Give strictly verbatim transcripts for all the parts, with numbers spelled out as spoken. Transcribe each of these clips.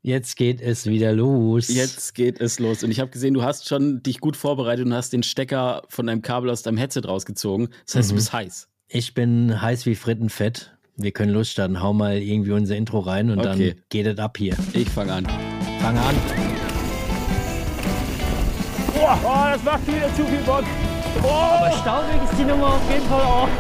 Jetzt geht es wieder los. Jetzt geht es los. Und ich habe gesehen, du hast schon dich gut vorbereitet und hast den Stecker von deinem Kabel aus deinem Headset rausgezogen. Das heißt, mhm. du bist heiß. Ich bin heiß wie Frittenfett. Wir können losstarten. Hau mal irgendwie unser Intro rein und okay. Dann geht es ab hier. Ich fange an. Fang an. Boah, oh, das macht wieder zu viel Bock. Oh. Aber staubig ist die Nummer auf jeden Fall auch.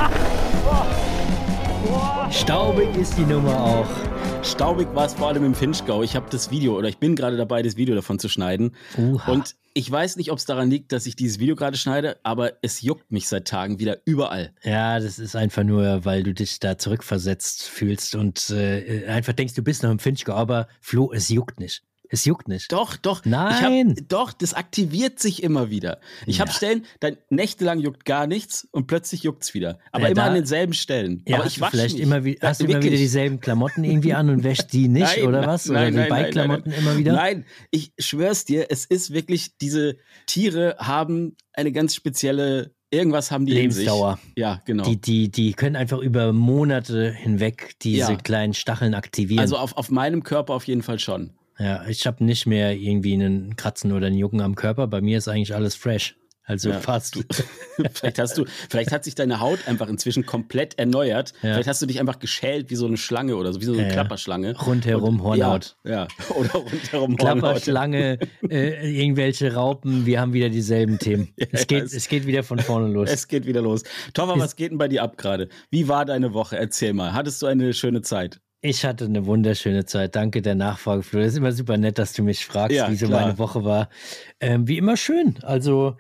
oh. Staubig ist die Nummer auch. Staubig war es vor allem im Finchgau. Ich habe das Video, oder ich bin gerade dabei, das Video davon zu schneiden. Uha. Und ich weiß nicht, ob es daran liegt, dass ich dieses Video gerade schneide, aber es juckt mich seit Tagen wieder überall. Ja, das ist einfach nur, weil du dich da zurückversetzt fühlst und äh, einfach denkst, du bist noch im Finchgau, aber Flo, es juckt nicht. Es juckt nicht. Doch, doch. Nein. Ich hab, doch, das aktiviert sich immer wieder. Ich ja. habe Stellen, dann nächtelang juckt gar nichts und plötzlich juckt's wieder. Aber ja, immer an denselben Stellen. Ja, aber ich wasche vielleicht mich. immer wie, hast du immer wieder dieselben Klamotten irgendwie an und wäschst die nicht nein, oder nein, was? Nein, oder nein, die Bike-Klamotten nein, immer wieder? Nein, ich schwör's dir, es ist wirklich, diese Tiere haben eine ganz spezielle, irgendwas haben die Lebensdauer. In sich. Ja, genau. Die, die, die können einfach über Monate hinweg diese ja. kleinen Stacheln aktivieren. Also auf, auf meinem Körper auf jeden Fall schon. Ja, ich habe nicht mehr irgendwie einen Kratzen oder einen Jucken am Körper. Bei mir ist eigentlich alles fresh. Also ja. fast. vielleicht hast du, vielleicht hat sich deine Haut einfach inzwischen komplett erneuert. Ja. Vielleicht hast du dich einfach geschält wie so eine Schlange oder so, wie so eine ja, Klapperschlange. Rundherum Hornhaut. Ja, ja. Oder rundherum Hornhaut. Klapperschlange, äh, irgendwelche Raupen, wir haben wieder dieselben Themen. Ja, es, geht, es, es geht wieder von vorne los. Es geht wieder los. Toffer, was geht denn bei dir ab gerade? Wie war deine Woche? Erzähl mal. Hattest du eine schöne Zeit? Ich hatte eine wunderschöne Zeit. Danke der Nachfrage, Flo. Das ist immer super nett, dass du mich fragst, ja, wie so klar. Meine Woche war. Ähm, wie immer schön. Also,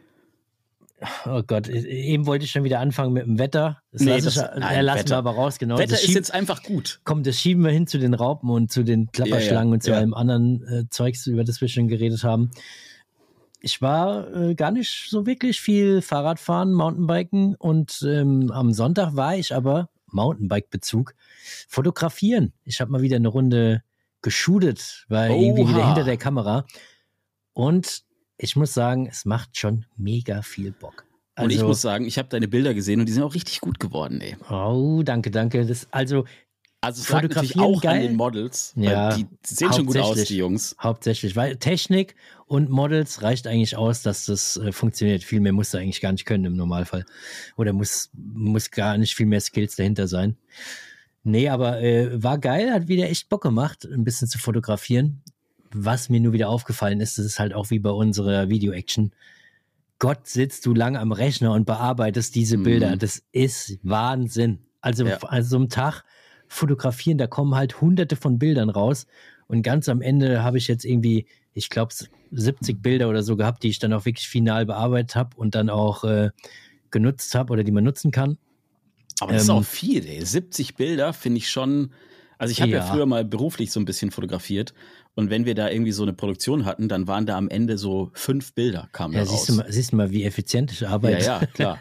oh Gott, eben wollte ich schon wieder anfangen mit dem Wetter. Das nee, lasse das, ich, nein, lassen Wetter. wir aber raus. Genau. Wetter das ist jetzt einfach gut. Komm, das schieben wir hin zu den Raupen und zu den Klapperschlangen ja, ja, und zu ja. allem anderen äh, Zeugs, über das wir schon geredet haben. Ich war äh, gar nicht so wirklich viel Fahrradfahren, Mountainbiken und ähm, am Sonntag war ich aber Mountainbike-Bezug, fotografieren. Ich habe mal wieder eine Runde geshootet, war Oha. irgendwie wieder hinter der Kamera. Und ich muss sagen, es macht schon mega viel Bock. Also, und ich muss sagen, ich habe deine Bilder gesehen und die sind auch richtig gut geworden, ey. Oh, danke, danke. Das, also, also es lag natürlich auch geil. An den Models, weil ja, die sehen schon gut aus, die Jungs. Hauptsächlich, weil Technik und Models reicht eigentlich aus, dass das äh, funktioniert. Viel mehr musst du eigentlich gar nicht können im Normalfall. Oder muss, muss gar nicht viel mehr Skills dahinter sein. Nee, aber äh, war geil, hat wieder echt Bock gemacht, ein bisschen zu fotografieren. Was mir nur wieder aufgefallen ist, das ist halt auch wie bei unserer Video-Action. Gott, sitzt du lang am Rechner und bearbeitest diese Bilder. Mhm. Das ist Wahnsinn. Also, ja. also so am Tag fotografieren, da kommen halt hunderte von Bildern raus und ganz am Ende habe ich jetzt irgendwie, ich glaube siebzig Bilder oder so gehabt, die ich dann auch wirklich final bearbeitet habe und dann auch äh, genutzt habe oder die man nutzen kann. Aber das ähm, ist auch viel, ey. siebzig Bilder finde ich schon, also ich habe ja. ja früher mal beruflich so ein bisschen fotografiert und wenn wir da irgendwie so eine Produktion hatten, dann waren da am Ende so fünf Bilder, kamen ja, da siehst raus. Du mal, siehst du mal, wie effizient ich arbeite. Ja, ja, klar.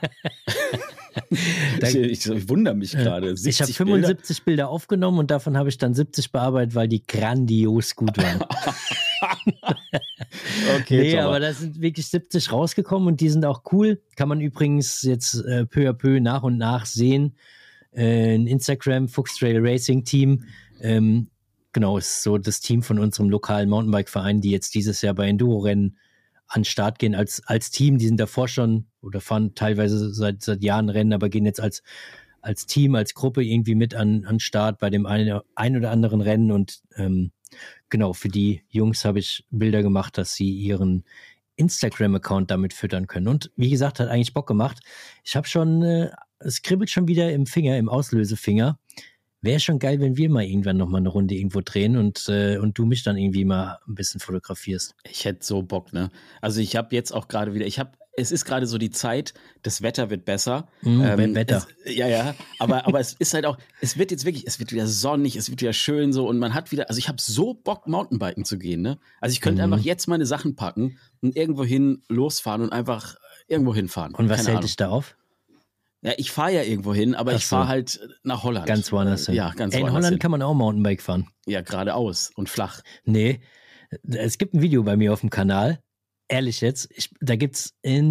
ich, ich, ich wundere mich gerade. Ich habe fünfundsiebzig Bilder? Bilder aufgenommen und davon habe ich dann siebzig bearbeitet, weil die grandios gut waren. Okay, nee, aber da sind wirklich siebzig rausgekommen und die sind auch cool. Kann man übrigens jetzt äh, peu à peu nach und nach sehen. Äh, in Instagram, Fuchs Trail Racing Team. Ähm, genau, ist so das Team von unserem lokalen Mountainbike-Verein, die jetzt dieses Jahr bei Enduro-Rennen an den Start gehen als, als Team. Die sind davor schon oder fahren teilweise seit, seit Jahren Rennen, aber gehen jetzt als, als Team, als Gruppe irgendwie mit an, an Start bei dem einen ein oder anderen Rennen. Und ähm, genau, für die Jungs habe ich Bilder gemacht, dass sie ihren Instagram-Account damit füttern können. Und wie gesagt, hat eigentlich Bock gemacht. Ich habe schon, äh, es kribbelt schon wieder im Finger, im Auslösefinger. Wäre schon geil, wenn wir mal irgendwann nochmal eine Runde irgendwo drehen und, äh, und du mich dann irgendwie mal ein bisschen fotografierst. Ich hätte so Bock, ne? Also ich habe jetzt auch gerade wieder, ich habe, es ist gerade so die Zeit, das Wetter wird besser. Mm, ähm, Wetter. Es, ja, ja, aber, aber es ist halt auch, es wird jetzt wirklich, es wird wieder sonnig, es wird wieder schön so und man hat wieder, also ich habe so Bock, Mountainbiken zu gehen, ne? Also ich könnte mm. einfach jetzt meine Sachen packen und irgendwohin losfahren und einfach irgendwo hinfahren. Und was Keine hält Ahnung. dich da auf? Ja, ich fahre ja irgendwo hin, aber Ach ich fahre so. halt nach Holland. Ganz woanders hin. Ja, ganz Ey, in woanders Holland hin. kann man auch Mountainbike fahren. Ja, geradeaus und flach. Nee, es gibt ein Video bei mir auf dem Kanal. Ehrlich jetzt, ich, da gibt's in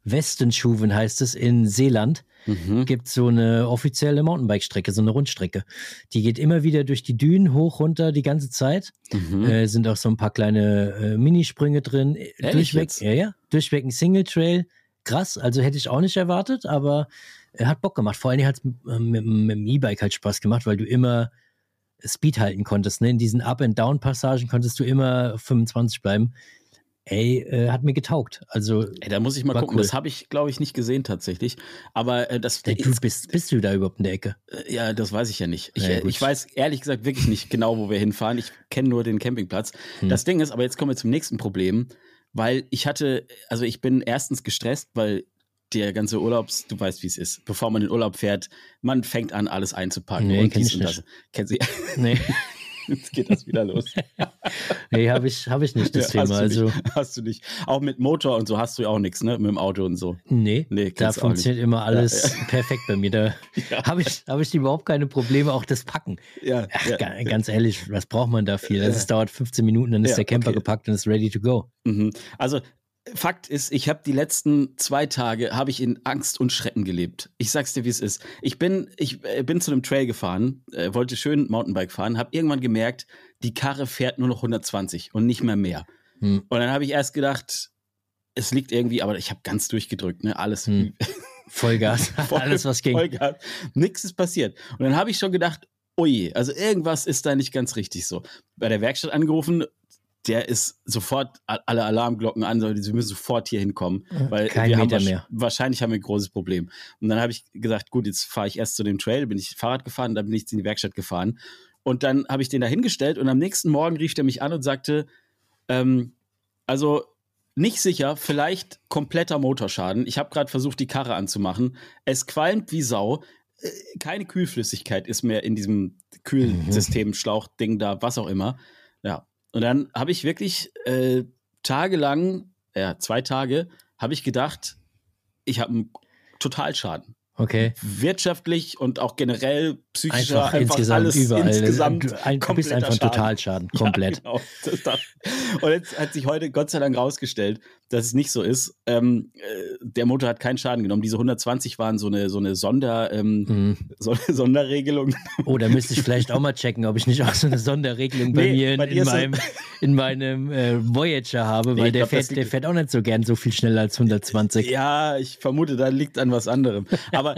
Westenschuven heißt es, in Seeland. Mhm. Gibt so eine offizielle Mountainbike-Strecke, so eine Rundstrecke. Die geht immer wieder durch die Dünen hoch, runter die ganze Zeit. Mhm. Äh, sind auch so ein paar kleine äh, Minisprünge drin. Ehrlich durchweg, jetzt? ja, ja, durchweg ein Single-Trail. Krass, also hätte ich auch nicht erwartet, aber er hat Bock gemacht. Vor allen Dingen hat es mit, mit, mit dem E-Bike halt Spaß gemacht, weil du immer Speed halten konntest. Ne? In diesen Up-and-Down-Passagen konntest du immer fünfundzwanzig bleiben. Ey, äh, hat mir getaugt. Also, Ey, da muss ich mal gucken. Cool. Das habe ich, glaube ich, nicht gesehen tatsächlich. Aber äh, das. Ey, du bist, bist du da überhaupt in der Ecke? Äh, ja, das weiß ich ja nicht. Ich, ja, äh, ich weiß ehrlich gesagt wirklich nicht genau, wo wir hinfahren. Ich kenne nur den Campingplatz. Hm. Das Ding ist, aber jetzt kommen wir zum nächsten Problem, weil ich hatte, also ich bin erstens gestresst, weil der ganze Urlaubs, du weißt, wie es ist. Bevor man in den Urlaub fährt, man fängt an, alles einzupacken. Nee, und kenn dies ich und nicht. das. Kennt sie? Nee. Jetzt geht das wieder los. Nee, habe ich, hab ich nicht das ja, Thema. Hast also nicht, hast du nicht. Auch mit Motor und so hast du ja auch nichts, ne? Mit dem Auto und so. Nee, nee da funktioniert immer alles ja, ja. perfekt bei mir. Da ja. habe ich, hab ich überhaupt keine Probleme, auch das Packen. Ja, Ach, ja. Ga, ganz ehrlich, was braucht man da viel? Das ist, dauert fünfzehn Minuten, dann ist ja, der Camper okay. gepackt und ist ready to go. Mhm. Also Fakt ist, ich habe die letzten zwei Tage habe ich in Angst und Schrecken gelebt. Ich sag's dir, wie es ist. Ich bin, ich äh, bin zu einem Trail gefahren, äh, wollte schön Mountainbike fahren, habe irgendwann gemerkt, die Karre fährt nur noch hundertzwanzig und nicht mehr mehr. Hm. Und dann habe ich erst gedacht, es liegt irgendwie, aber ich habe ganz durchgedrückt, ne, alles. Hm. Vollgas, Voll, alles was ging. Vollgas, nichts ist passiert. Und dann habe ich schon gedacht, oh je, also irgendwas ist da nicht ganz richtig so. Bei der Werkstatt angerufen. Der ist sofort alle Alarmglocken an, sie müssen sofort hier hinkommen, weil Kein wir Meter haben mehr. wahrscheinlich haben wir ein großes Problem. Und dann habe ich gesagt, gut, jetzt fahre ich erst zu dem Trail, bin ich Fahrrad gefahren, dann bin ich in die Werkstatt gefahren und dann habe ich den da hingestellt und am nächsten Morgen rief der mich an und sagte, ähm, also nicht sicher, vielleicht kompletter Motorschaden. Ich habe gerade versucht, die Karre anzumachen. Es qualmt wie Sau. Keine Kühlflüssigkeit ist mehr in diesem Kühlsystem, Schlauchding da, was auch immer. Ja. Und dann habe ich wirklich äh, tagelang, ja, zwei Tage, habe ich gedacht, ich habe einen Totalschaden. Okay. Wirtschaftlich und auch generell psychischer, einfach, einfach insgesamt alles überall. insgesamt. Du, ein, du bist einfach ein Totalschaden, komplett. Ja, genau. Das, das. Und jetzt hat sich heute Gott sei Dank rausgestellt, dass es nicht so ist. Ähm, äh, der Motor hat keinen Schaden genommen. Diese hundertzwanzig waren so eine, so eine Sonder, ähm, mhm. so eine Sonderregelung. Oh, da müsste ich vielleicht auch mal checken, ob ich nicht auch so eine Sonderregelung bei nee, mir in, bei in meinem, in meinem äh, Voyager habe, weil nee, der, glaub, fährt, der fährt auch nicht so gern so viel schneller als hundertzwanzig. Ja, ich vermute, da liegt an was anderem. Aber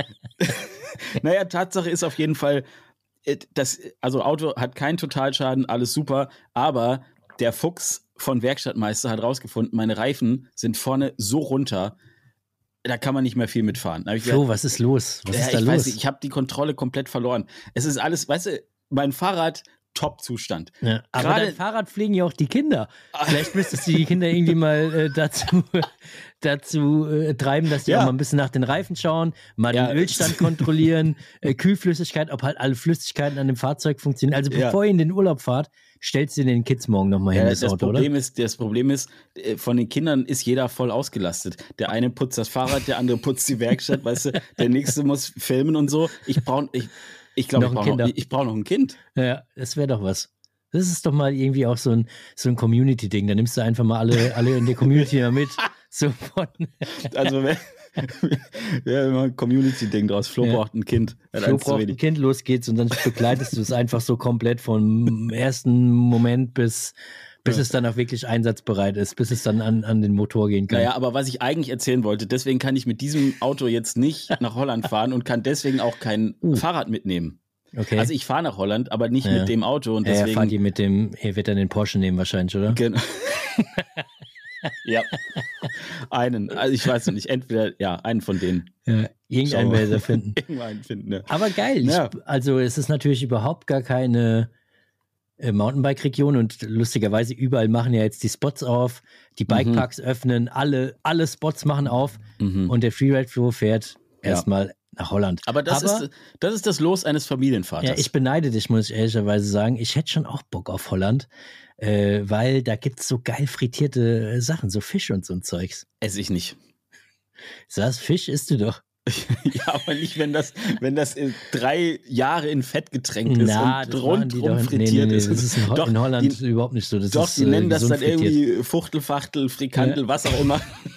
naja, Tatsache ist auf jeden Fall, das, also Auto hat keinen Totalschaden, alles super, aber der Fuchs von Werkstattmeister hat rausgefunden, meine Reifen sind vorne so runter, da kann man nicht mehr viel mitfahren. Da hab ich Flo, gedacht, was ist los? Was ja, ist da ich los? Weiß nicht, ich habe die Kontrolle komplett verloren. Es ist alles, weißt du, mein Fahrrad, Top-Zustand. Ja, aber Gerade, dein Fahrrad fliegen ja auch die Kinder. Vielleicht müsstest du die Kinder irgendwie mal äh, dazu, dazu äh, treiben, dass die ja. auch mal ein bisschen nach den Reifen schauen, mal ja. den Ölstand kontrollieren, äh, Kühlflüssigkeit, ob halt alle Flüssigkeiten an dem Fahrzeug funktionieren. Also bevor ja. ihr in den Urlaub fahrt, stellst du den Kids morgen nochmal hin, ja, das, das Auto, Problem oder? Ist, das Problem ist, von den Kindern ist jeder voll ausgelastet. Der eine putzt das Fahrrad, der andere putzt die Werkstatt, weißt du, der nächste muss filmen und so. Ich brauche, ich, ich glaube, ich brauche noch, ich brauch noch ein Kind. Ja, das wäre doch was. Das ist doch mal irgendwie auch so ein, so ein Community-Ding. Da nimmst du einfach mal alle, alle in der Community mit. So von also, wir haben immer ein Community-Ding draus. Flo ja. braucht ein Kind. Flo braucht ein Kind, los geht's. Und dann begleitest du es einfach so komplett vom ersten Moment bis, bis ja. es dann auch wirklich einsatzbereit ist, bis es dann an, an den Motor gehen kann. Naja, aber was ich eigentlich erzählen wollte, deswegen kann ich mit diesem Auto jetzt nicht nach Holland fahren und kann deswegen auch kein uh. Fahrrad mitnehmen. Okay. Also ich fahre nach Holland, aber nicht ja. mit dem Auto. Und deswegen ja, fahrt ihr mit dem, ihr wird dann den Porsche nehmen wahrscheinlich, oder? Genau. Ja, einen. Also ich weiß noch nicht, entweder, ja, einen von denen. Ja, irgendeinen werde ich finden. Irgendeinen finden, ja. Aber geil. Ja. Ich, also es ist natürlich überhaupt gar keine äh, Mountainbike-Region und lustigerweise überall machen ja jetzt die Spots auf, die Bikeparks mhm. öffnen, alle, alle Spots machen auf mhm. und der Freeride-Flow fährt ja. erstmal nach Holland. Aber das, Aber, ist, das ist das Los eines Familienvaters. Ja, ich beneide dich, muss ich ehrlicherweise sagen. Ich hätte schon auch Bock auf Holland, äh, weil da gibt es so geil frittierte Sachen, so Fisch und so ein Zeugs. Esse ich nicht. Das Fisch isst du doch. Ja, aber nicht, wenn das, wenn das drei Jahre in Fett getränkt ist Na, und rundrum frittiert nee, nee, nee, ist. Das ist in, doch, in Holland die, überhaupt nicht so. Das doch, ist, die nennen äh, das dann frittiert. irgendwie Fuchtelfachtel, Frikandel, ja. was auch immer.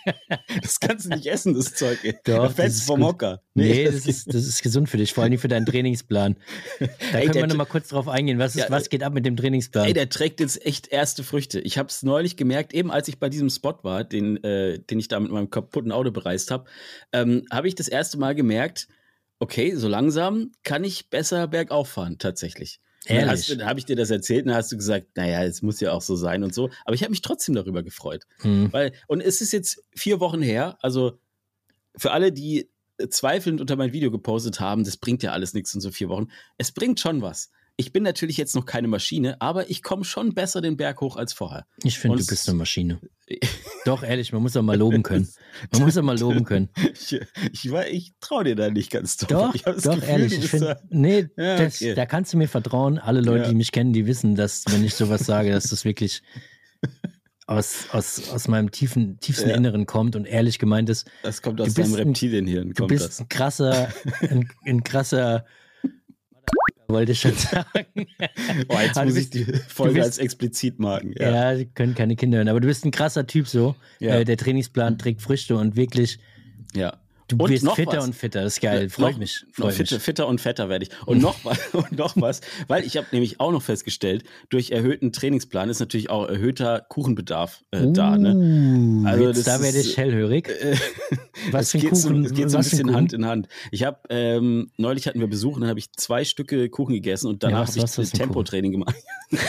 Das kannst du nicht essen, das Zeug. Ey. Doch, da fällst du vom Hocker. Nee, nee das, das, ist, das ist gesund für dich, vor allem für deinen Trainingsplan. Da ey, können wir nochmal kurz drauf eingehen. Was, ist, ja, was geht ab mit dem Trainingsplan? Ey, der trägt jetzt echt erste Früchte. Ich habe es neulich gemerkt, eben als ich bei diesem Spot war, den, äh, den ich da mit meinem kaputten Auto bereist habe, ähm, habe ich das erste Mal gemerkt, okay, so langsam kann ich besser bergauf fahren, tatsächlich. Ehrlich? Dann habe ich dir das erzählt und dann hast du gesagt, naja, es muss ja auch so sein und so. Aber ich habe mich trotzdem darüber gefreut. Hm. Weil, und es ist jetzt vier Wochen her, also für alle, die zweifelnd unter mein Video gepostet haben, das bringt ja alles nichts in so vier Wochen. Es bringt schon was. Ich bin natürlich jetzt noch keine Maschine, aber ich komme schon besser den Berg hoch als vorher. Ich finde, du bist eine Maschine. Doch, ehrlich, man muss auch mal loben können. Man muss auch mal loben können. Ich, ich, ich traue dir da nicht ganz drauf. Doch, ich doch, Gefühl, ehrlich. Ich find, da, nee, ja, das, okay. da kannst du mir vertrauen. Alle Leute, ja. die mich kennen, die wissen, dass, wenn ich sowas sage, dass das wirklich aus, aus, aus meinem tiefen, tiefsten ja. Inneren kommt und ehrlich gemeint ist. Das kommt aus deinem Reptilienhirn. Du bist das. ein krasser, ein, ein krasser wollte ich schon sagen. Oh, jetzt muss ich die Folge bist, als explizit marken. Ja. ja, können keine Kinder hören. Aber du bist ein krasser Typ so. Ja. Äh, der Trainingsplan trägt Früchte und wirklich, ja. du und wirst fitter was. und fitter. Das ist geil. Freut noch, mich. Freut Freut fitter, mich. fitter und fetter werde ich. Und noch, was, und noch was, weil ich habe nämlich auch noch festgestellt, durch erhöhten Trainingsplan ist natürlich auch erhöhter Kuchenbedarf äh, uh, da. Ne? Also jetzt, da werde ich hellhörig. Äh, was für ein geht Kuchen? So, es geht so ein was bisschen Hand in Hand. Ich habe, ähm, neulich hatten wir Besuch und dann habe ich zwei Stücke Kuchen gegessen und danach ja, habe ich Tempotraining gemacht.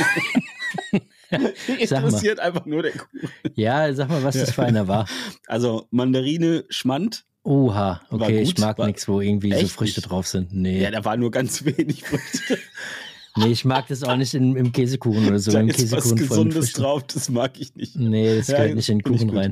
Sag interessiert mal. Einfach nur der Kuchen. Ja, sag mal, was das für einer war. Also Mandarine, Schmand. Oha, okay, ich mag nichts, wo irgendwie echt so Früchte nicht? Drauf sind. Nee. Ja, da war nur ganz wenig Früchte. Nee, ich mag das auch nicht in, im Käsekuchen oder so. Da Im ist Käsekuchen was Gesundes drauf, das mag ich nicht. Nee, das gehört ja, nicht in den Kuchen rein.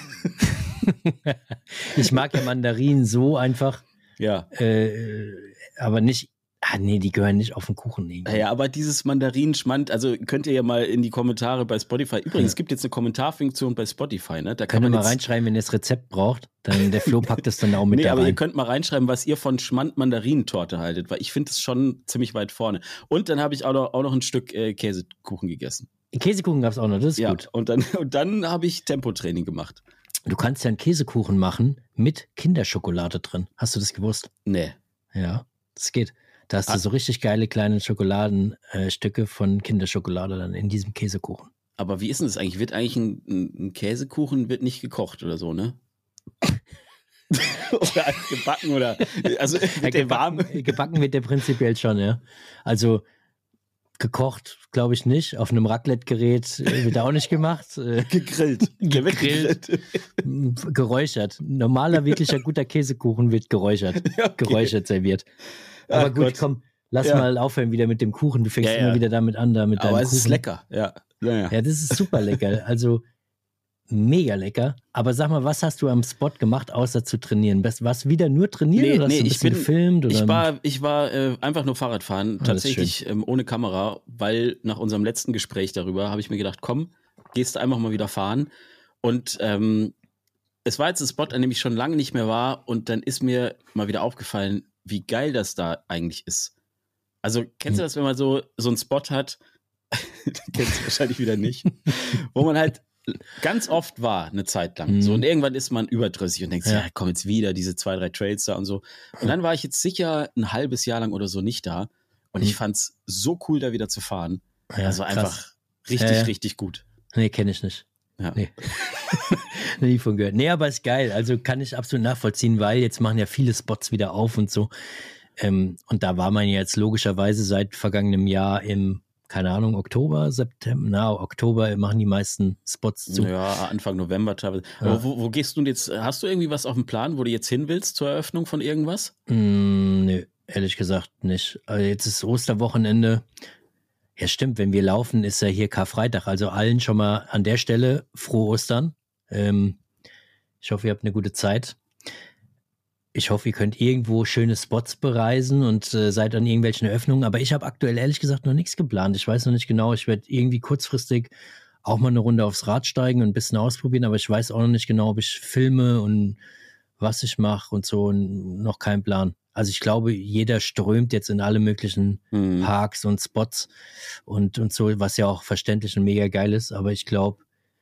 Ich mag ja Mandarinen so einfach. Ja. Äh, aber nicht, ah nee, die gehören nicht auf den Kuchen. Irgendwie. Ja, aber dieses Mandarinenschmand, also könnt ihr ja mal in die Kommentare bei Spotify, übrigens, ja. es gibt jetzt eine Kommentarfunktion bei Spotify, ne? Da kann könnt man ihr mal reinschreiben, wenn ihr das Rezept braucht, dann der Flo packt das dann auch mit nee, da aber rein. ihr könnt mal reinschreiben, was ihr von Schmand-Mandarinentorte haltet, weil ich finde es schon ziemlich weit vorne. Und dann habe ich auch noch, auch noch ein Stück äh, Käsekuchen gegessen. Käsekuchen gab es auch noch, das ist ja, gut. Und dann, und dann habe ich Tempotraining gemacht. Du kannst ja einen Käsekuchen machen mit Kinderschokolade drin. Hast du das gewusst? Nee. Ja, das geht. Da hast ah. du so richtig geile kleine Schokoladenstücke äh, von Kinderschokolade dann in diesem Käsekuchen. Aber wie ist denn das eigentlich? Wird eigentlich ein, ein Käsekuchen wird nicht gekocht oder so, ne? Oder gebacken oder also wird ja, der gebacken, warm? Gebacken wird der prinzipiell schon, ja. Also gekocht, glaube ich nicht. Auf einem Raclette-Gerät wird auch nicht gemacht. Gegrillt. Der wird gegrillt. Geräuchert. Normaler, wirklicher, guter Käsekuchen wird geräuchert. Okay. Geräuchert serviert. Aber Ach gut, Gott. komm, lass ja. mal aufhören wieder mit dem Kuchen. Du fängst ja, ja. immer wieder damit an, da mit deinem Aber Kuchen. es ist lecker, ja. Ja, ja. ja, das ist super lecker. Also mega lecker. Aber sag mal, was hast du am Spot gemacht, außer zu trainieren? Was wieder nur trainieren nee, oder hast nee, du ein ich bisschen bin, gefilmt? Oder? Ich war, ich war äh, einfach nur Fahrradfahren, oh, tatsächlich ähm, ohne Kamera, weil nach unserem letzten Gespräch darüber habe ich mir gedacht, komm, gehst du einfach mal wieder fahren. Und ähm, es war jetzt ein Spot, an dem ich schon lange nicht mehr war und dann ist mir mal wieder aufgefallen, wie geil das da eigentlich ist. Also kennst du das, wenn man so, so einen Spot hat, kennst du wahrscheinlich wieder nicht, wo man halt ganz oft war, eine Zeit lang. Mhm. So, und irgendwann ist man überdrüssig und denkt, ja. ja, komm jetzt wieder, diese zwei, drei Trails da und so. Und dann war ich jetzt sicher ein halbes Jahr lang oder so nicht da. Und mhm. ich fand's so cool, da wieder zu fahren. Ja, also krass. Einfach richtig, ja, ja. richtig gut. Nee, kenne ich nicht. Ja. Nee. Nie von gehört. Nee, aber ist geil. Also kann ich absolut nachvollziehen, weil jetzt machen ja viele Spots wieder auf und so. Ähm, und da war man jetzt logischerweise seit vergangenem Jahr im keine Ahnung, Oktober, September, na, Oktober machen die meisten Spots zu. Ja, Anfang November teilweise. Ja. Aber wo, wo gehst du jetzt, hast du irgendwie was auf dem Plan, wo du jetzt hin willst zur Eröffnung von irgendwas? Mm, nö, ehrlich gesagt nicht. Also jetzt ist Osterwochenende. Ja, stimmt, wenn wir laufen, ist ja hier Karfreitag. Also allen schon mal an der Stelle frohe Ostern. Ähm, ich hoffe, ihr habt eine gute Zeit. Ich hoffe, ihr könnt irgendwo schöne Spots bereisen und äh, seid an irgendwelchen Eröffnungen. Aber ich habe aktuell ehrlich gesagt noch nichts geplant. Ich weiß noch nicht genau. Ich werde irgendwie kurzfristig auch mal eine Runde aufs Rad steigen und ein bisschen ausprobieren. Aber ich weiß auch noch nicht genau, ob ich filme und was ich mache und so. Und noch kein Plan. Also ich glaube, jeder strömt jetzt in alle möglichen mhm. Parks und Spots und, und so, was ja auch verständlich und mega geil ist. Aber ich glaube,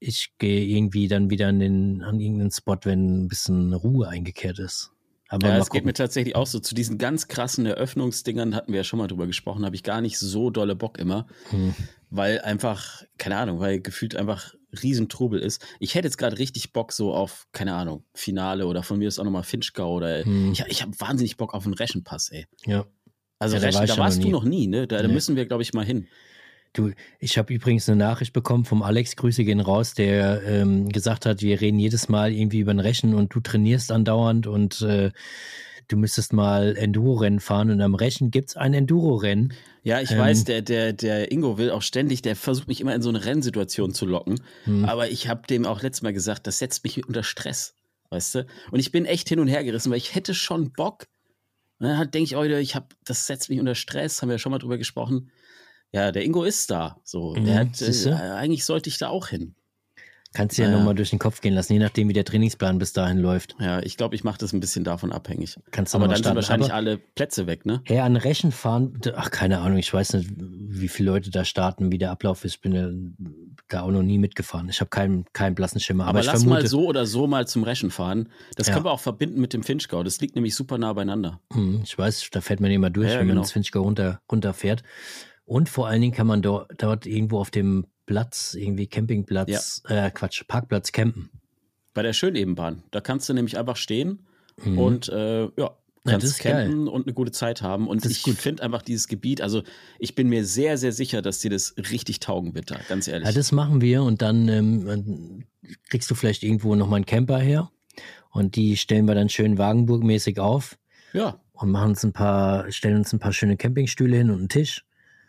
ich gehe irgendwie dann wieder in den, an irgendeinen Spot, wenn ein bisschen Ruhe eingekehrt ist. Aber ja, mal es geht gucken. mir tatsächlich auch so. Zu diesen ganz krassen Eröffnungsdingern hatten wir ja schon mal drüber gesprochen, habe ich gar nicht so dolle Bock immer, Hm. weil einfach, keine Ahnung, weil gefühlt einfach Riesentrubel ist. Ich hätte jetzt gerade richtig Bock so auf, keine Ahnung, Finale oder von mir ist auch nochmal Finchgau oder Hm. ich, ich habe wahnsinnig Bock auf einen Reschenpass, ey. Ja. Also Ja, da Reschen, war ich da schon warst noch du nie. noch nie, ne? Da, da Nee. müssen wir, glaube ich, mal hin. Du, ich habe übrigens eine Nachricht bekommen vom Alex, Grüße gehen raus, der ähm, gesagt hat, wir reden jedes Mal irgendwie über ein Rechen und du trainierst andauernd und äh, du müsstest mal Enduro-Rennen fahren und am Rechen gibt's ein Enduro-Rennen. Ja, ich Ähm, weiß, der, der, der Ingo will auch ständig, der versucht mich immer in so eine Rennsituation zu locken. Hm. Aber ich habe dem auch letztes Mal gesagt, das setzt mich unter Stress, weißt du? Und ich bin echt hin und her gerissen, weil ich hätte schon Bock. Und dann denke ich auch wieder, ich hab, das setzt mich unter Stress, haben wir ja schon mal drüber gesprochen. Ja, der Ingo ist da. So, Mhm, der hat, äh, siehste? eigentlich sollte ich da auch hin. Kannst du ja Ja. nochmal durch den Kopf gehen lassen, je nachdem, wie der Trainingsplan bis dahin läuft. Ja, ich glaube, ich mache das ein bisschen davon abhängig. Kannst du Aber noch mal dann sind starten. wahrscheinlich Aber- alle Plätze weg, ne? Hey, an Rechen fahren, ach, keine Ahnung, ich weiß nicht, wie viele Leute da starten, wie der Ablauf ist. Ich bin ja da auch noch nie mitgefahren. Ich habe keinen, keinen blassen Schimmer. Aber, Aber ich lass vermute, mal so oder so mal zum Reschen fahren. Das Ja. können wir auch verbinden mit dem Finchgau. Das liegt nämlich super nah beieinander. Hm, ich weiß, da fährt man immer durch, Ja, wenn man genau. ins Finchgau runter, runterfährt. Und vor allen Dingen kann man do, dort irgendwo auf dem Platz, irgendwie Campingplatz, äh, Quatsch, Parkplatz campen. Bei der Schönebenbahn. Da kannst du nämlich einfach stehen Mhm. und äh, ja, Ja, kannst das ist geil. campen und eine gute Zeit haben. Und Das ist ich gut. finde einfach dieses Gebiet, also ich bin mir sehr, sehr sicher, dass dir das richtig taugen wird da, ganz ehrlich. Ja, das machen wir und dann ähm, kriegst du vielleicht irgendwo nochmal einen Camper her und die stellen wir dann schön Wagenburg-mäßig auf ja, und machen uns ein paar, stellen uns ein paar schöne Campingstühle hin und einen Tisch.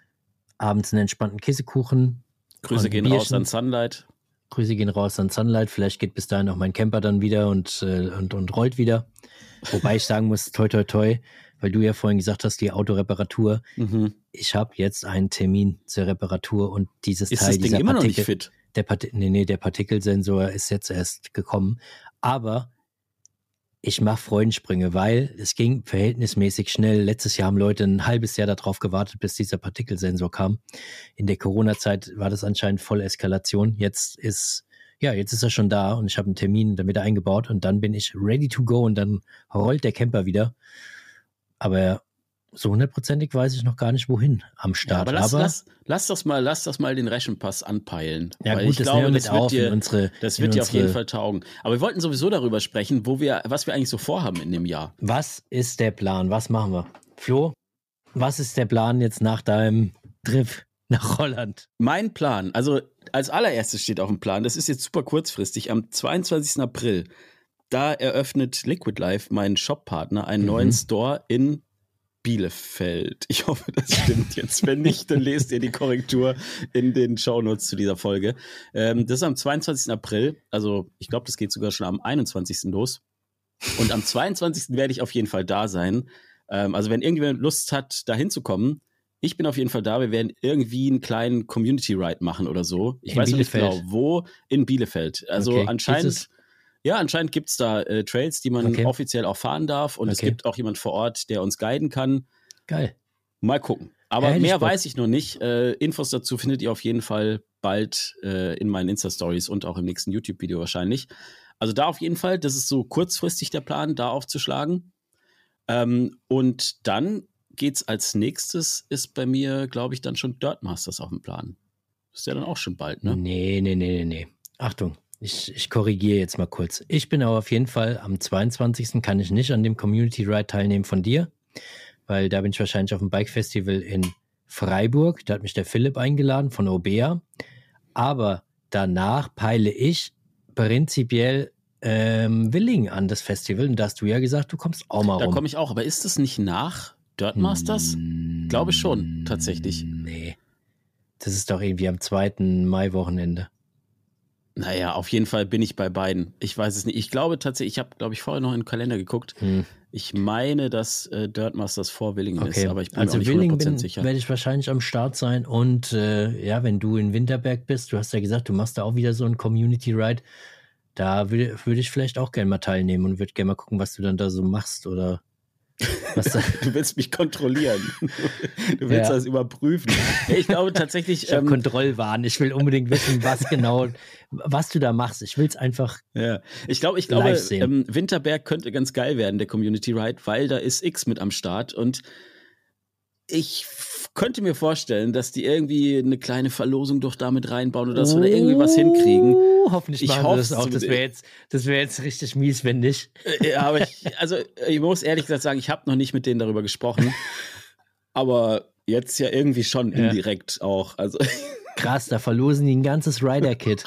Abends einen entspannten Käsekuchen. Grüße und gehen ein raus Bierchen. an Sunlight. Grüße gehen raus an Sunlight. Vielleicht geht bis dahin auch mein Camper dann wieder und, äh, und, und rollt wieder. Wobei ich sagen muss, toi, toi, toi, weil du ja vorhin gesagt hast, die Autoreparatur. Mhm. Ich habe jetzt einen Termin zur Reparatur und dieses Ist Teil, das Ding dieser immer noch nicht Partikel, fit? der Parti nee, nee, der Partikelsensor ist jetzt erst gekommen. Aber ich mache Freudensprünge, weil es ging verhältnismäßig schnell. Letztes Jahr haben Leute ein halbes Jahr darauf gewartet, bis dieser Partikelsensor kam. In der Corona-Zeit war das anscheinend voll Eskalation. Jetzt ist, ja, jetzt ist er schon da und ich habe einen Termin damit eingebaut und dann bin ich ready to go und dann rollt der Camper wieder. Aber so hundertprozentig weiß ich noch gar nicht, wohin am Ja, Start. aber lass, aber lass, lass das mal, lass das mal den Reschenpass anpeilen. ja, Weil gut, ich das glaube, nehmen wir das mit wird auf dir, in unsere, das in wird dir auf jeden unsere- Fall taugen. Aber wir wollten sowieso darüber sprechen, wo wir, was wir eigentlich so vorhaben in dem Jahr. Was ist der Plan? Was machen wir? Flo, was ist der Plan jetzt nach deinem Trip nach Holland? Mein Plan, also als allererstes steht auf dem Plan, das ist jetzt super kurzfristig, am zweiundzwanzigsten April, da eröffnet Liquid Life, mein Shoppartner, einen Mhm. neuen Store in Bielefeld. Ich hoffe, das stimmt jetzt. Wenn nicht, dann lest ihr die Korrektur in den Shownotes zu dieser Folge. Ähm, das ist am zweiundzwanzigsten April, also ich glaube, das geht sogar schon am einundzwanzigsten los. Und am zweiundzwanzigsten werde ich auf jeden Fall da sein. Ähm, also wenn irgendjemand Lust hat, da hinzukommen, ich bin auf jeden Fall da. Wir werden irgendwie einen kleinen Community-Ride machen oder so. Ich In weiß noch nicht Bielefeld? genau, wo. In Bielefeld. Also Okay. Ist anscheinend, es- ja, anscheinend gibt es da äh, Trails, die man Okay. offiziell auch fahren darf. Und es Okay. gibt auch jemand vor Ort, der uns guiden kann. Geil. Mal gucken. Aber Ja, hätte ich mehr Bock. weiß ich noch nicht. Äh, Infos dazu findet ihr auf jeden Fall bald äh, in meinen Insta-Stories und auch im nächsten YouTube-Video wahrscheinlich. Also da auf jeden Fall, das ist so kurzfristig der Plan, da aufzuschlagen. Ähm, und dann geht's als nächstes, ist bei mir, glaube ich, dann schon Dirt Masters auf dem Plan. Ist ja dann auch schon bald, ne? Nee, nee, nee, nee, nee. Achtung, ich, ich korrigiere jetzt mal kurz. Ich bin aber auf jeden Fall am zweiundzwanzigsten kann ich nicht an dem Community Ride teilnehmen von dir, weil da bin ich wahrscheinlich auf dem Bike Festival in Freiburg. Da hat mich der Philipp eingeladen von Obea. Aber danach peile ich prinzipiell ähm, Willingen an das Festival. Und da hast du ja gesagt, du kommst auch mal Da rum. komme ich auch. Aber ist das nicht nach Dirt Masters? Mm, Glaube schon, tatsächlich. Nee. Das ist doch irgendwie am zweiten Mai-Wochenende. Naja, auf jeden Fall bin ich bei beiden. Ich weiß es nicht. Ich glaube tatsächlich, ich habe, glaube ich, vorher noch in den Kalender geguckt. Hm. Ich meine, dass äh, Dirt Masters vor Willingen ist, aber ich bin also mir auch nicht Willingen hundert Prozent bin, sicher. werde ich wahrscheinlich am Start sein und äh, ja, wenn du in Winterberg bist, du hast ja gesagt, du machst da auch wieder so einen Community Ride, da würde würd ich vielleicht auch gerne mal teilnehmen und würde gerne mal gucken, was du dann da so machst oder Was da Du willst mich kontrollieren. Du willst Ja. das überprüfen. Ja, ich glaube tatsächlich, ich habe ähm, Kontrollwahn. Ich will unbedingt wissen, was genau, was du da machst. Ich will es einfach. ja. ich glaube, ich glaube, Live sehen. ähm, Winterberg könnte ganz geil werden, der Community Ride, weil da ist X mit am Start und ich f- könnte mir vorstellen, dass die irgendwie eine kleine Verlosung doch damit reinbauen oder dass wir da irgendwie was hinkriegen. Oh, hoffentlich Ich machen wir das hoff's auch. Das wäre jetzt, das wäre jetzt richtig mies, wenn nicht. Äh, Ja, aber ich, also ich muss ehrlich gesagt sagen, ich habe noch nicht mit denen darüber gesprochen, aber jetzt ja irgendwie schon Ja. indirekt auch. Also Krass, da verlosen die ein ganzes Rider-Kit.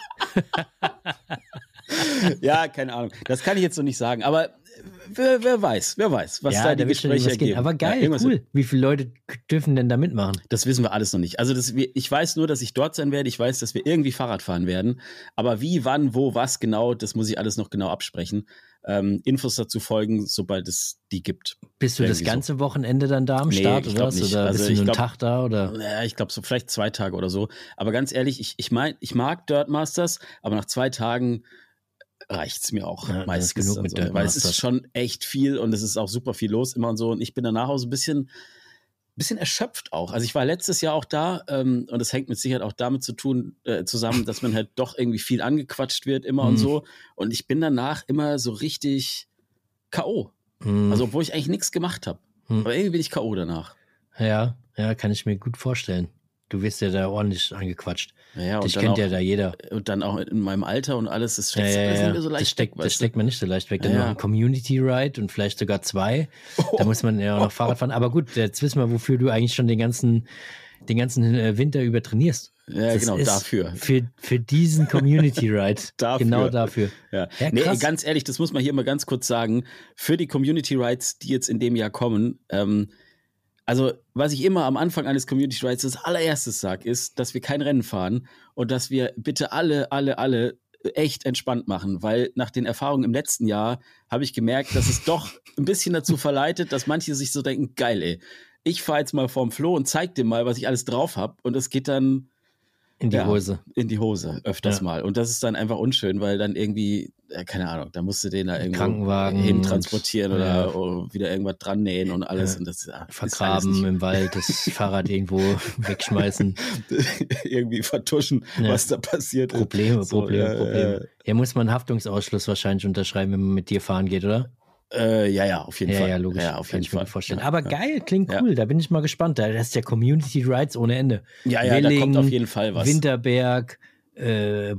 ja, keine Ahnung. Das kann ich jetzt noch nicht sagen, aber wer, wer weiß, wer weiß, was da die wird schon Gespräche irgendwas gehen. ergeben. Aber Ja, geil, irgendwas- cool. Wie viele Leute dürfen denn da mitmachen? Das wissen wir alles noch nicht. Also das, wir- ich weiß nur, dass ich dort sein werde. Ich weiß, dass wir irgendwie Fahrrad fahren werden. Aber wie, wann, wo, was genau, das muss ich alles noch genau absprechen. Ähm, Infos dazu folgen, sobald es die gibt. Bist du das Irgendwie so. ganze Wochenende dann da am Nee, Start ich oder glaub was? nicht. Oder Also bist du ich nur einen glaub- Tag da? Oder? Ja, ich glaube so vielleicht zwei Tage oder so. Aber ganz ehrlich, ich, ich mein, ich mag Dirt Masters, aber nach zwei Tagen reicht's mir auch Ja, das ist meistens. genug mit und so, Dirt weil es ist Masters. schon echt viel und es ist auch super viel los immer und so. Und ich bin danach auch so ein bisschen, bisschen erschöpft auch. Also ich war letztes Jahr auch da ähm, und es hängt mit Sicherheit auch damit zu tun, äh, zusammen, dass man halt doch irgendwie viel angequatscht wird immer und Mhm. so. Und ich bin danach immer so richtig K O. Hm, Also obwohl ich eigentlich nichts gemacht habe. Hm. Aber irgendwie bin ich K O danach. ja, ja, kann ich mir gut vorstellen. Du wirst ja da ordentlich angequatscht. Ja, Dich dann kennt auch, ja da jeder. Und dann auch in meinem Alter und alles, das Ja, steckt ja, alles ja. nicht mehr so leicht das, steckt, weg, das weißt du? steckt man nicht so leicht weg. Dann Ja, noch ja. ein Community Ride und vielleicht sogar zwei. Da muss man ja auch noch Fahrrad fahren. Aber gut, jetzt wissen wir, wofür du eigentlich schon den ganzen, den ganzen äh, Winter über trainierst. Ja, Das genau, ist dafür. Für, für diesen Community Ride. Dafür. Genau dafür. Ja. Ja, Nee, krass. ganz ehrlich, das muss man hier mal ganz kurz sagen. Für die Community Rides, die jetzt in dem Jahr kommen, ähm, also was ich immer am Anfang eines Community Rides als allererstes sage, ist, dass wir kein Rennen fahren und dass wir bitte alle, alle, alle echt entspannt machen, weil nach den Erfahrungen im letzten Jahr habe ich gemerkt, dass es doch ein bisschen dazu verleitet, dass manche sich so denken, geil ey, ich fahre jetzt mal vorm Flo und zeig dir mal, was ich alles drauf habe und es geht dann In die ja, Hose. in die Hose, öfters Ja. mal. Und das ist dann einfach unschön, weil dann irgendwie, äh, keine Ahnung, da musst du den da irgendwo Krankenwagen hin und- transportieren ja. oder oh, wieder irgendwas dran nähen und alles. Ja. Und das ja, ist alles Vergraben im Wald, das Fahrrad irgendwo wegschmeißen. nicht irgendwie vertuschen, Ja. was da passiert. ist. Probleme, So, Probleme, äh, Probleme. Hier muss man einen Haftungsausschluss wahrscheinlich unterschreiben, wenn man mit dir fahren geht, oder? Äh, ja, ja, auf jeden Ja, Fall. ja, logisch. Ja, auf Kann jeden ich mir Fall. gut vorstellen. Ja, Aber ja. geil, klingt Ja. cool. Da bin ich mal gespannt. Da ist ja Community Rides ohne Ende. Ja, ja, da Welling, kommt auf jeden Fall was. Winterberg, äh, äh,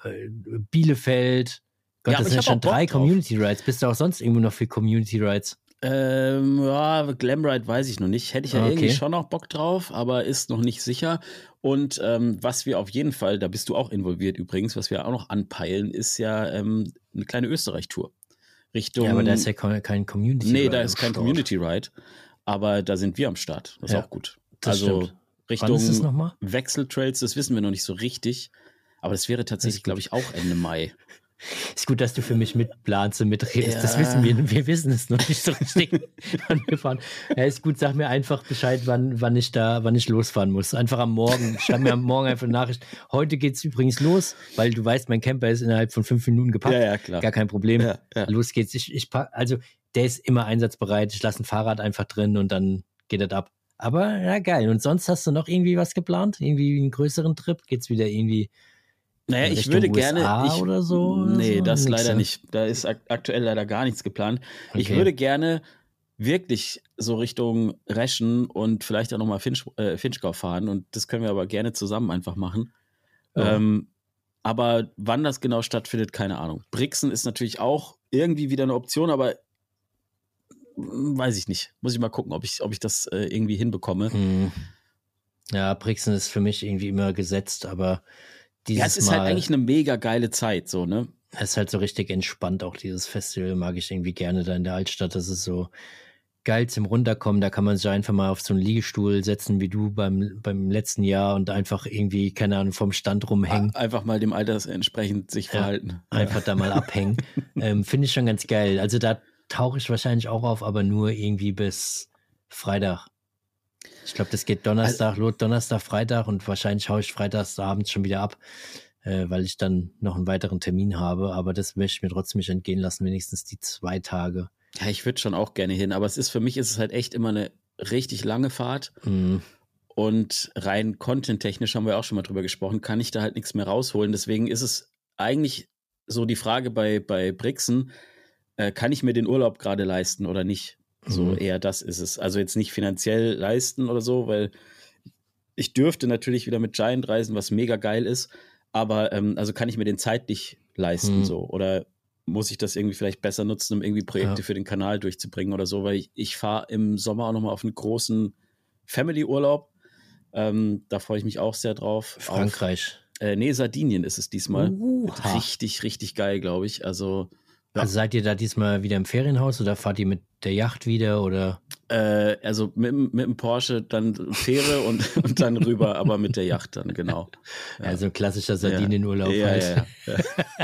Bielefeld. Gott, Ja, aber das ich sind hab schon auch Bock drei drauf. Community Rides. Bist du auch sonst irgendwo noch für Community Rides? Ähm, ja, Glamride weiß ich noch nicht. Hätte ich ja Ah, irgendwie okay. schon noch Bock drauf, aber ist noch nicht sicher. Und ähm, was wir auf jeden Fall, da bist du auch involviert übrigens, was wir auch noch anpeilen, ist ja ähm, eine kleine Österreich-Tour. Richtung. Ja, aber da ist ja kein kein Community Nee, Ride. da am ist kein Start. Community Ride. Aber da sind wir am Start. Das ist Ja, auch gut. das also stimmt. Richtung Wann ist es nochmal? Wechseltrails, das wissen wir noch nicht so richtig. Aber das wäre tatsächlich, gut. glaube ich, auch Ende Mai. Ist gut, dass du für mich mitplanst und mitredest. Ja. Das wissen wir. Wir wissen es noch nicht so richtig, wann wir fahren. Ja, ist gut, sag mir einfach Bescheid, wann, wann ich da, wann ich losfahren muss. Einfach am Morgen. Schreib mir am Morgen einfach eine Nachricht. Heute geht's übrigens los, weil du weißt, mein Camper ist innerhalb von fünf Minuten gepackt. Ja, ja, klar. Gar kein Problem. Ja, ja. Los geht's. Ich, ich pack, also der ist immer einsatzbereit. Ich lasse ein Fahrrad einfach drin und dann geht das ab. Aber ja, geil. Und sonst hast du noch irgendwie was geplant? Irgendwie einen größeren Trip? Geht's wieder irgendwie Naja, in ich Richtung würde U S gerne. A Ich, oder so? Oder nee, so? das Nix, leider ja? nicht. Da ist ak aktuell leider gar nichts geplant. Ich Okay. würde gerne wirklich so Richtung Reschen und vielleicht auch nochmal Finch, äh, Finchgau fahren. Und das können wir aber gerne zusammen einfach machen. Ja. Ähm, aber wann das genau stattfindet, keine Ahnung. Brixen ist natürlich auch irgendwie wieder eine Option, aber mm, weiß ich nicht. Muss ich mal gucken, ob ich, ob ich das äh, irgendwie hinbekomme. Hm. Ja, Brixen ist für mich irgendwie immer gesetzt, aber dieses Ja, es ist Mal halt eigentlich eine mega geile Zeit, so, ne? es ist halt so richtig entspannt. Auch dieses Festival mag ich irgendwie gerne da in der Altstadt. Das ist so geil zum Runterkommen. Da kann man sich einfach mal auf so einen Liegestuhl setzen, wie du beim, beim letzten Jahr und einfach irgendwie, keine Ahnung, vom Stand rumhängen. Einfach mal dem Alter entsprechend sich Ja, verhalten. Einfach da mal abhängen. ähm, Finde ich schon ganz geil. Also da tauche ich wahrscheinlich auch auf, aber nur irgendwie bis Freitag. Ich glaube, das geht Donnerstag, los, Donnerstag, Freitag und wahrscheinlich haue ich freitagsabends schon wieder ab, äh, weil ich dann noch einen weiteren Termin habe. Aber das möchte ich mir trotzdem nicht entgehen lassen, wenigstens die zwei Tage. Ja, ich würde schon auch gerne hin, aber es ist für mich ist es halt echt immer eine richtig lange Fahrt. Mhm. Und rein content-technisch haben wir auch schon mal drüber gesprochen, kann ich da halt nichts mehr rausholen. Deswegen ist es eigentlich so die Frage bei, bei Brixen, äh, kann ich mir den Urlaub gerade leisten oder nicht? So Mhm. eher das ist es. Also jetzt nicht finanziell leisten oder so, weil ich dürfte natürlich wieder mit Giant reisen, was mega geil ist. Aber ähm, also kann ich mir den zeitlich leisten Mhm. so? Oder muss ich das irgendwie vielleicht besser nutzen, um irgendwie Projekte Ja. für den Kanal durchzubringen oder so? Weil ich, ich fahre im Sommer auch nochmal auf einen großen Family-Urlaub. Ähm, da freue ich mich auch sehr drauf. Frankreich. Auf, äh, nee, Sardinien ist es diesmal. Uha. Richtig, richtig geil, glaube ich. Also, ja. Also seid ihr da diesmal wieder im Ferienhaus oder fahrt ihr mit der Yacht wieder oder? Äh, also mit, dem- mit dem Porsche dann Fähre und, und dann rüber, aber mit der Yacht dann, genau. Ja. Also ein klassischer Sardinienurlaub Ja, halt. ja, ja.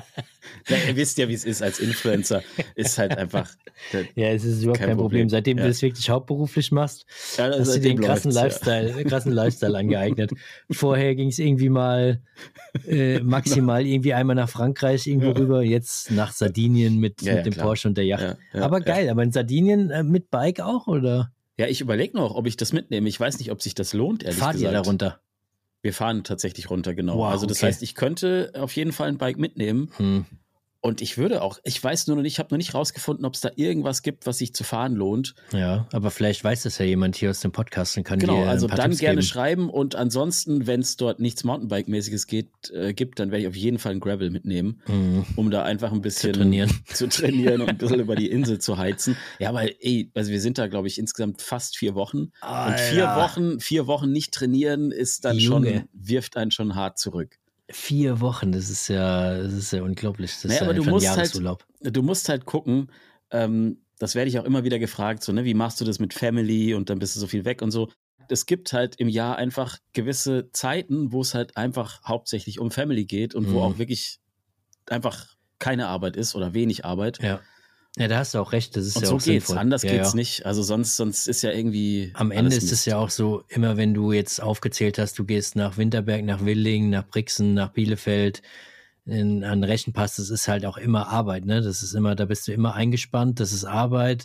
Ja, ihr wisst ja, wie es ist als Influencer. Ist halt einfach. Ja, es ist überhaupt kein, Kein Problem. Problem. Seitdem Ja. du das wirklich hauptberuflich machst, Ja, hast du seitdem den krassen läuft's, ja. Lifestyle, krassen Lifestyle angeeignet. Vorher ging es irgendwie mal äh, maximal irgendwie einmal nach Frankreich irgendwo rüber, jetzt nach Sardinien mit, Ja, ja, mit dem klar. Porsche und der Yacht. Ja, ja, aber ja. geil, aber in Sardinien äh, mit Bike auch oder Ja, ich überlege noch, ob ich das mitnehme. Ich weiß nicht, ob sich das lohnt, ehrlich fahrt gesagt. ihr da runter? Wir fahren tatsächlich runter, genau. Wow, also das okay. heißt, ich könnte auf jeden Fall ein Bike mitnehmen. Hm. Und ich würde auch, ich weiß nur noch nicht, ich habe noch nicht rausgefunden, ob es da irgendwas gibt, was sich zu fahren lohnt. Ja, aber vielleicht weiß das ja jemand hier aus dem Podcast und kann Genau, dir also ein paar dann Tipps gerne geben. schreiben. Und ansonsten, wenn es dort nichts Mountainbike-mäßiges geht, äh, gibt, dann werde ich auf jeden Fall ein Gravel mitnehmen, Mhm. um da einfach ein bisschen Zu trainieren. zu trainieren und ein bisschen über die Insel zu heizen. Ja, weil, ey, also wir sind da, glaube ich, insgesamt fast vier Wochen. Und vier Alter. Wochen, vier Wochen nicht trainieren ist dann Junge. schon, wirft einen schon hart zurück. Vier Wochen, das ist ja, das ist ja unglaublich. Das Naja, ist ja aber du einfach ein musst halt- Jahresurlaub. Du musst halt gucken, ähm, das werde ich auch immer wieder gefragt, so, ne, wie machst du das mit Family und dann bist du so viel weg und so. Es gibt halt im Jahr einfach gewisse Zeiten, wo es halt einfach hauptsächlich um Family geht und wo Mhm. auch wirklich einfach keine Arbeit ist oder wenig Arbeit. Ja. Ja, da hast du auch recht, das ist Und ja so auch geht's, sinnvoll. anders ja, geht's ja. nicht. Also sonst, sonst ist ja irgendwie Am Ende alles ist es Mist. ja auch so, immer wenn du jetzt aufgezählt hast, du gehst nach Winterberg, nach Willingen, nach Brixen, nach Bielefeld, in, an Rechenpass, das ist halt auch immer Arbeit, ne? Das ist immer, da bist du immer eingespannt, das ist Arbeit,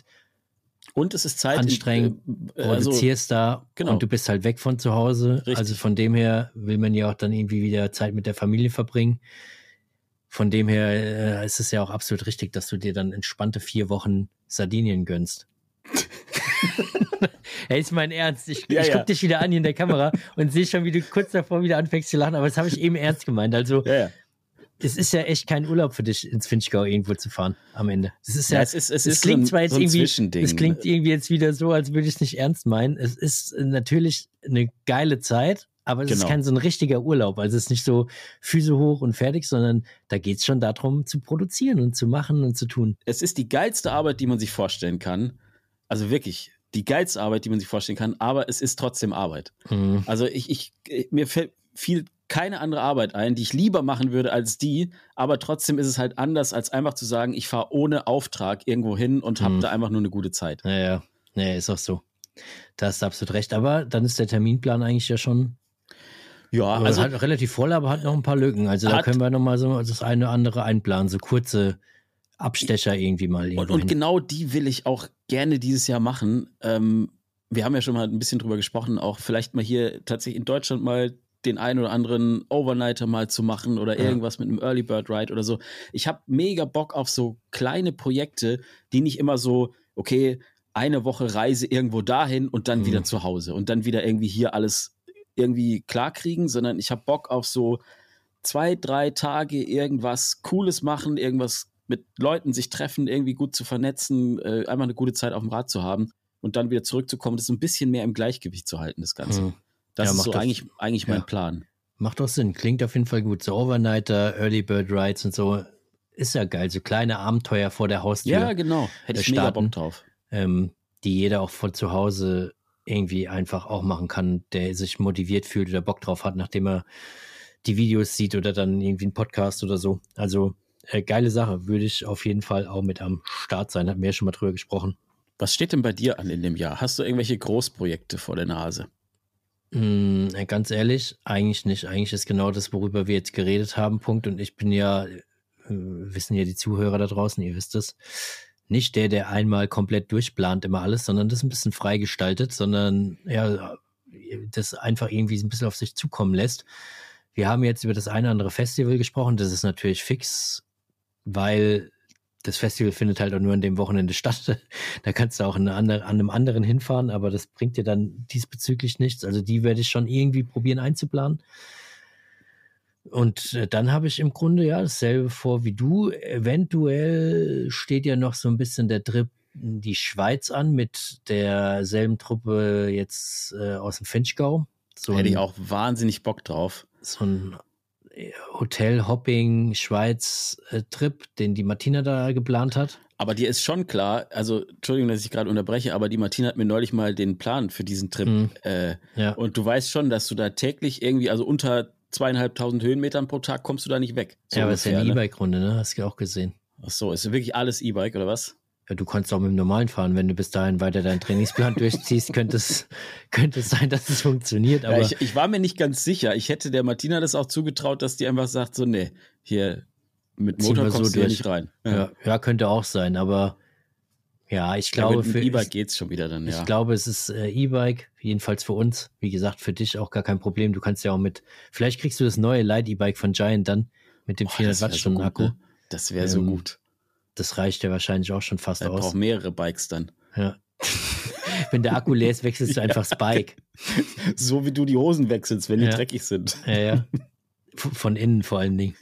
Und es ist Zeit. anstrengend, äh, also, produzierst da genau. und du bist halt weg von zu Hause. Richtig. Also von dem her will man ja auch dann irgendwie wieder Zeit mit der Familie verbringen. Von dem her äh, ist es ja auch absolut richtig, dass du dir dann entspannte vier Wochen Sardinien gönnst. Hey, ist mein Ernst. Ich, Ja, ich guck ja. dich wieder an hier in der Kamera und sehe schon, wie du kurz davor wieder anfängst zu lachen, aber das habe ich eben ernst gemeint. Also ja, ja. es ist ja echt kein Urlaub für dich, ins Finchgau irgendwo zu fahren am Ende. Das ist ja, Ja, es ist, es es ist klingt so ein, zwar jetzt so ein irgendwie, Zwischending. es klingt irgendwie jetzt wieder so, als würde ich es nicht ernst meinen. Es ist äh, natürlich eine geile Zeit, aber es ist Genau. kein so ein richtiger Urlaub. Also es ist nicht so Füße hoch und fertig, sondern da geht es schon darum, zu produzieren und zu machen und zu tun. Es ist die geilste Arbeit, die man sich vorstellen kann. Also wirklich, die geilste Arbeit, die man sich vorstellen kann, aber es ist trotzdem Arbeit. Mhm. Also ich, ich, mir fällt fiel keine andere Arbeit ein, die ich lieber machen würde als die, aber trotzdem ist es halt anders, als einfach zu sagen, ich fahre ohne Auftrag irgendwo hin und habe Mhm. da einfach nur eine gute Zeit. Naja, naja, ist auch so. Da hast du absolut recht. Aber dann ist der Terminplan eigentlich ja schon Ja, also also hat relativ voll, aber hat noch ein paar Lücken. Also da Hat- können wir noch mal so das eine oder andere einplanen, so kurze Abstecher irgendwie mal und, irgendwo und hin. genau die will ich auch gerne dieses Jahr machen. Ähm, wir haben ja schon mal ein bisschen drüber gesprochen, auch vielleicht mal hier tatsächlich in Deutschland mal den einen oder anderen Overnighter mal zu machen oder Ja. irgendwas mit einem Early Bird Ride oder so. Ich habe mega Bock auf so kleine Projekte, die nicht immer so, okay, eine Woche Reise irgendwo dahin und dann Mhm. wieder zu Hause und dann wieder irgendwie hier alles irgendwie klarkriegen, sondern ich habe Bock auf so zwei, drei Tage irgendwas Cooles machen, irgendwas mit Leuten sich treffen, irgendwie gut zu vernetzen, äh, einmal eine gute Zeit auf dem Rad zu haben und dann wieder zurückzukommen, das so ein bisschen mehr im Gleichgewicht zu halten, das Ganze. Mhm. Das Ja, ist macht so das- eigentlich, eigentlich ja. mein Plan. Macht doch Sinn. Klingt auf jeden Fall gut. So Overnighter, Early Bird Rides und so. Ist ja geil. So kleine Abenteuer vor der Haustür, Ja, genau. Hätte ich äh, mega starten. Bock drauf. ähm, die jeder auch von zu Hause irgendwie einfach auch machen kann, der sich motiviert fühlt oder Bock drauf hat, nachdem er die Videos sieht oder dann irgendwie einen Podcast oder so. Also äh, geile Sache. Würde ich auf jeden Fall auch mit am Start sein. Hatten wir ja schon mal drüber gesprochen. Was steht denn bei dir an in dem Jahr? Hast du irgendwelche Großprojekte vor der Nase? Mm, äh, ganz ehrlich, eigentlich nicht. Eigentlich ist genau das, worüber wir jetzt geredet haben, Punkt. Und ich bin ja, äh, wissen ja die Zuhörer da draußen, ihr wisst es, nicht der, der einmal komplett durchplant immer alles, sondern das ein bisschen frei gestaltet, sondern ja, das einfach irgendwie ein bisschen auf sich zukommen lässt. Wir haben jetzt über das eine oder andere Festival gesprochen, das ist natürlich fix, weil das Festival findet halt auch nur an dem Wochenende statt. Da kannst du auch an, andere, an einem anderen hinfahren, aber das bringt dir dann diesbezüglich nichts. Also die werde ich schon irgendwie probieren einzuplanen. Und dann habe ich im Grunde ja dasselbe vor wie du. Eventuell steht ja noch so ein bisschen der Trip in die Schweiz an mit derselben Truppe jetzt äh, aus dem Finchgau. So Hätte ein, ich auch wahnsinnig Bock drauf. So ein Hotel-Hopping-Schweiz-Trip, den die Martina da geplant hat. Aber dir ist schon klar, also Entschuldigung, dass ich gerade unterbreche, aber die Martina hat mir neulich mal den Plan für diesen Trip. Mhm. Äh, ja. Und du weißt schon, dass du da täglich irgendwie, also unter zweieinhalbtausend Höhenmetern pro Tag kommst du da nicht weg. So ja, aber ungefähr, ist ja eine ne? E-Bike-Runde, ne? Hast du auch gesehen. Ach so, ist wirklich alles E-Bike oder was? Ja, du kannst auch mit dem normalen fahren, wenn du bis dahin weiter deinen Trainingsplan durchziehst, könnte es, könnte es sein, dass es funktioniert. Aber ja, ich, ich war mir nicht ganz sicher. Ich hätte der Martina das auch zugetraut, dass die einfach sagt, so nee, hier mit Motor kommst du hier nicht rein. Ja. Ja, ja, könnte auch sein, aber ja, ich glaube, ja, mit für E-Bike geht's schon wieder dann, ja. Ich glaube, es ist äh, E-Bike, jedenfalls für uns. Wie gesagt, für dich auch gar kein Problem. Du kannst ja auch mit, vielleicht kriegst du das neue Light-E-Bike von Giant dann mit dem vierhundert Wattstunden Akku. So ne? Das wäre ähm, so gut. Das reicht ja wahrscheinlich auch schon fast er aus. Er braucht mehrere Bikes dann. Ja. Wenn der Akku leer ist, wechselst du einfach das Bike. So wie du die Hosen wechselst, wenn ja. die dreckig sind. Ja, ja. Von innen vor allen Dingen.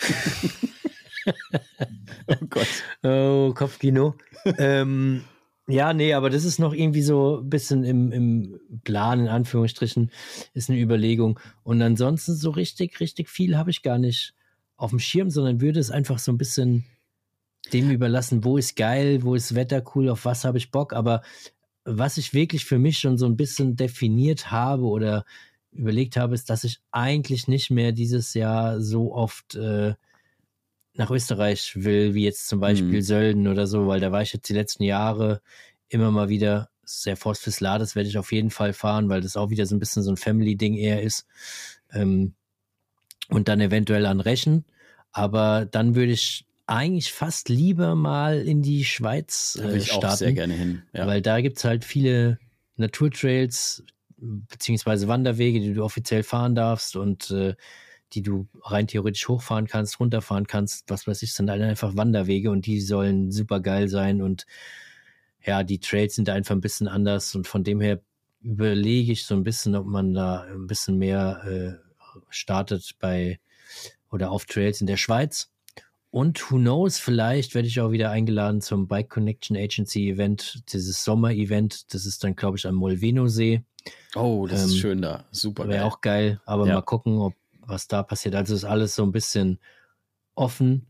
Oh Gott. Oh, Kopfkino. ähm, ja, nee, aber das ist noch irgendwie so ein bisschen im, im Plan, in Anführungsstrichen, ist eine Überlegung. Und ansonsten so richtig, richtig viel habe ich gar nicht auf dem Schirm, sondern würde es einfach so ein bisschen dem überlassen, wo ist geil, wo ist Wetter cool, auf was habe ich Bock. Aber was ich wirklich für mich schon so ein bisschen definiert habe oder überlegt habe, ist, dass ich eigentlich nicht mehr dieses Jahr so oft äh, nach Österreich will, wie jetzt zum Beispiel mhm. Sölden oder so, weil da war ich jetzt die letzten Jahre immer mal wieder, sehr Forst fürs La, das werde ich auf jeden Fall fahren, weil das auch wieder so ein bisschen so ein Family-Ding eher ist. Ähm, und dann eventuell an Rechen. Aber dann würde ich eigentlich fast lieber mal in die Schweiz äh, da will ich starten. Auch sehr gerne hin. Ja. Weil da gibt es halt viele Naturtrails beziehungsweise Wanderwege, die du offiziell fahren darfst und äh, die du rein theoretisch hochfahren kannst, runterfahren kannst, was weiß ich, sind halt einfach Wanderwege und die sollen super geil sein und ja, die Trails sind da einfach ein bisschen anders und von dem her überlege ich so ein bisschen, ob man da ein bisschen mehr äh, startet bei oder auf Trails in der Schweiz. Und who knows, vielleicht werde ich auch wieder eingeladen zum Bike Connection Agency Event, dieses Sommer-Event. Das ist dann, glaube ich, am Molveno-See. Oh, das ähm, ist schön da. Super geil. Wäre auch geil, aber ja. mal gucken, ob was da passiert. Also ist alles so ein bisschen offen.